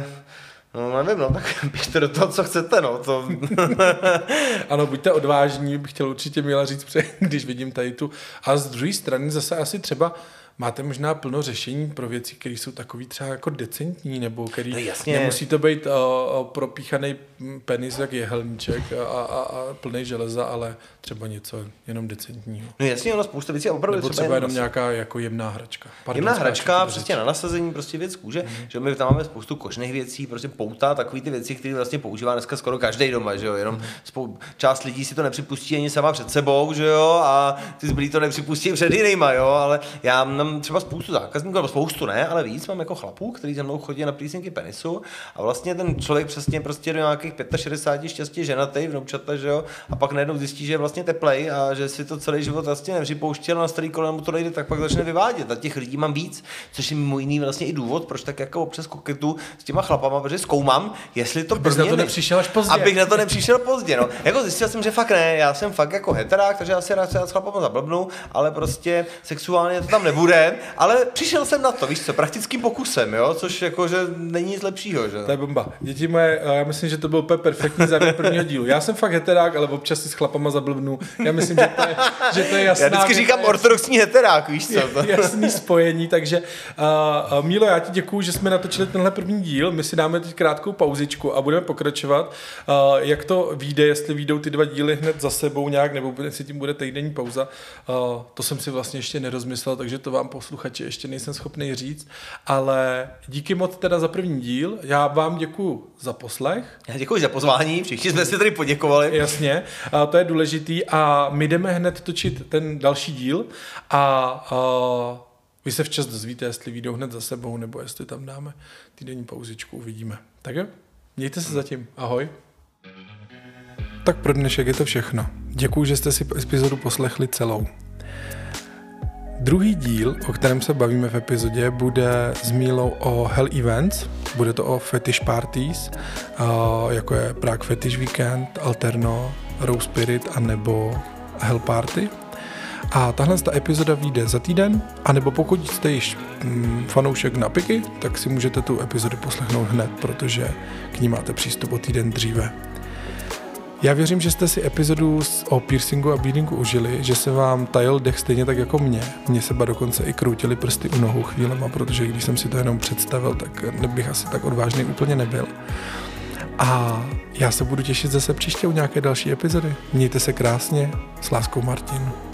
No nevím, no, tak běžte do toho, co chcete, no. To... Ano, buďte odvážní, bych chtěl určitě Míla říct, když vidím tady tu. A z druhé strany zase asi třeba máte možná plno řešení pro věci, které jsou takový třeba jako decentní, nebo který nemusí to být propíchaný penis jak jehelníček a plný železa, ale třeba něco jenom decentního. No jasně, ono spousta věcí a opravdu nebo třeba jenom nějaká jako jemná hračka. Jemná hračka, prostě na nasazení, prostě věc kůže, že my tam máme spoustu kožných věcí, prostě pouta, takový ty věci, které vlastně používá dneska skoro každý doma, že jo, jenom část lidí si to nepřipustí ani sama před sebou, že jo, a ty zbylí to nepřipustí před jinýma, jo, ale já mám třeba spoustu zákazníků, nebo spoustu ne, ale víc mám jako chlapů, kteří za mnou chodí na plísinky penisu a vlastně ten člověk přesně prostě do nějakých 65 šťastně ženatý, vnoučata, že jo, a pak najednou zjistí, že je vlastně teplej a že si to celý život vlastně nepřipouštěl, na starý kolem mu to nejde, tak pak začne vyvádět. A těch lidí mám víc, což je mimo jiný vlastně i důvod, proč tak jako občas koketu s těma chlapama, protože zkoumám, jestli to pro mě nepřišel až pozdě. Abych na to nepřišel pozdě, no. Jako zjistil jsem, že fakt ne, já jsem fakt jako heterák, takže já si rád s chlapama zablbnu, ale prostě sexuálně to tam nebude. bude, ale přišel jsem na to, víš co, praktickým pokusem, jo, což jakože není nic lepšího, že? To je bomba. Děti moje, já myslím, že to byl úplně perfektní závěr prvního dílu. Já jsem fakt heterák, ale občas si s chlapama zablbnu. Já myslím, že to je jasná. Já vždycky říkám ortodoxní heterák, víš co? Jasný spojení, takže Mílo, já ti děkuju, že jsme natočili tenhle první díl. My si dáme teď krátkou pauzičku a budeme pokračovat. Jak to vyjde, jestli vyjdou ty 2 díly hned za sebou nějak, nebo si tím bude týdenní pauza. To jsem si vlastně ještě nerozmyslel, takže to vám posluchači ještě nejsem schopný říct, ale díky moc teda za první díl. Já vám děkuju za poslech. Já děkuji za pozvání, všichni jsme si tady poděkovali. Jasně, to je důležitý a my jdeme hned točit ten další díl a vy se včas dozvíte, jestli vyjdou hned za sebou, nebo jestli tam dáme týdenní pauzičku, uvidíme. Tak jo, mějte se zatím, ahoj. Tak pro dnešek je to všechno. Děkuju, že jste si epizodu poslechli celou. Druhý díl, o kterém se bavíme v epizodě, bude s Mílou o Hell Events. Bude to o fetish parties, jako je Prague Fetish Weekend, Alterno, Rose Spirit a nebo Hell Party. A tahle epizoda vyjde za týden, anebo pokud jste již fanoušek na piky, tak si můžete tu epizodu poslechnout hned, protože k ní máte přístup o týden dříve. Já věřím, že jste si epizodu o piercingu a beadingu užili, že se vám tajil dech stejně tak jako mě. Mně se dokonce i kroutily prsty u nohou chvílema, protože když jsem si to jenom představil, tak bych asi tak odvážný úplně nebyl. A já se budu těšit zase příště u nějaké další epizody. Mějte se krásně, s láskou Martin.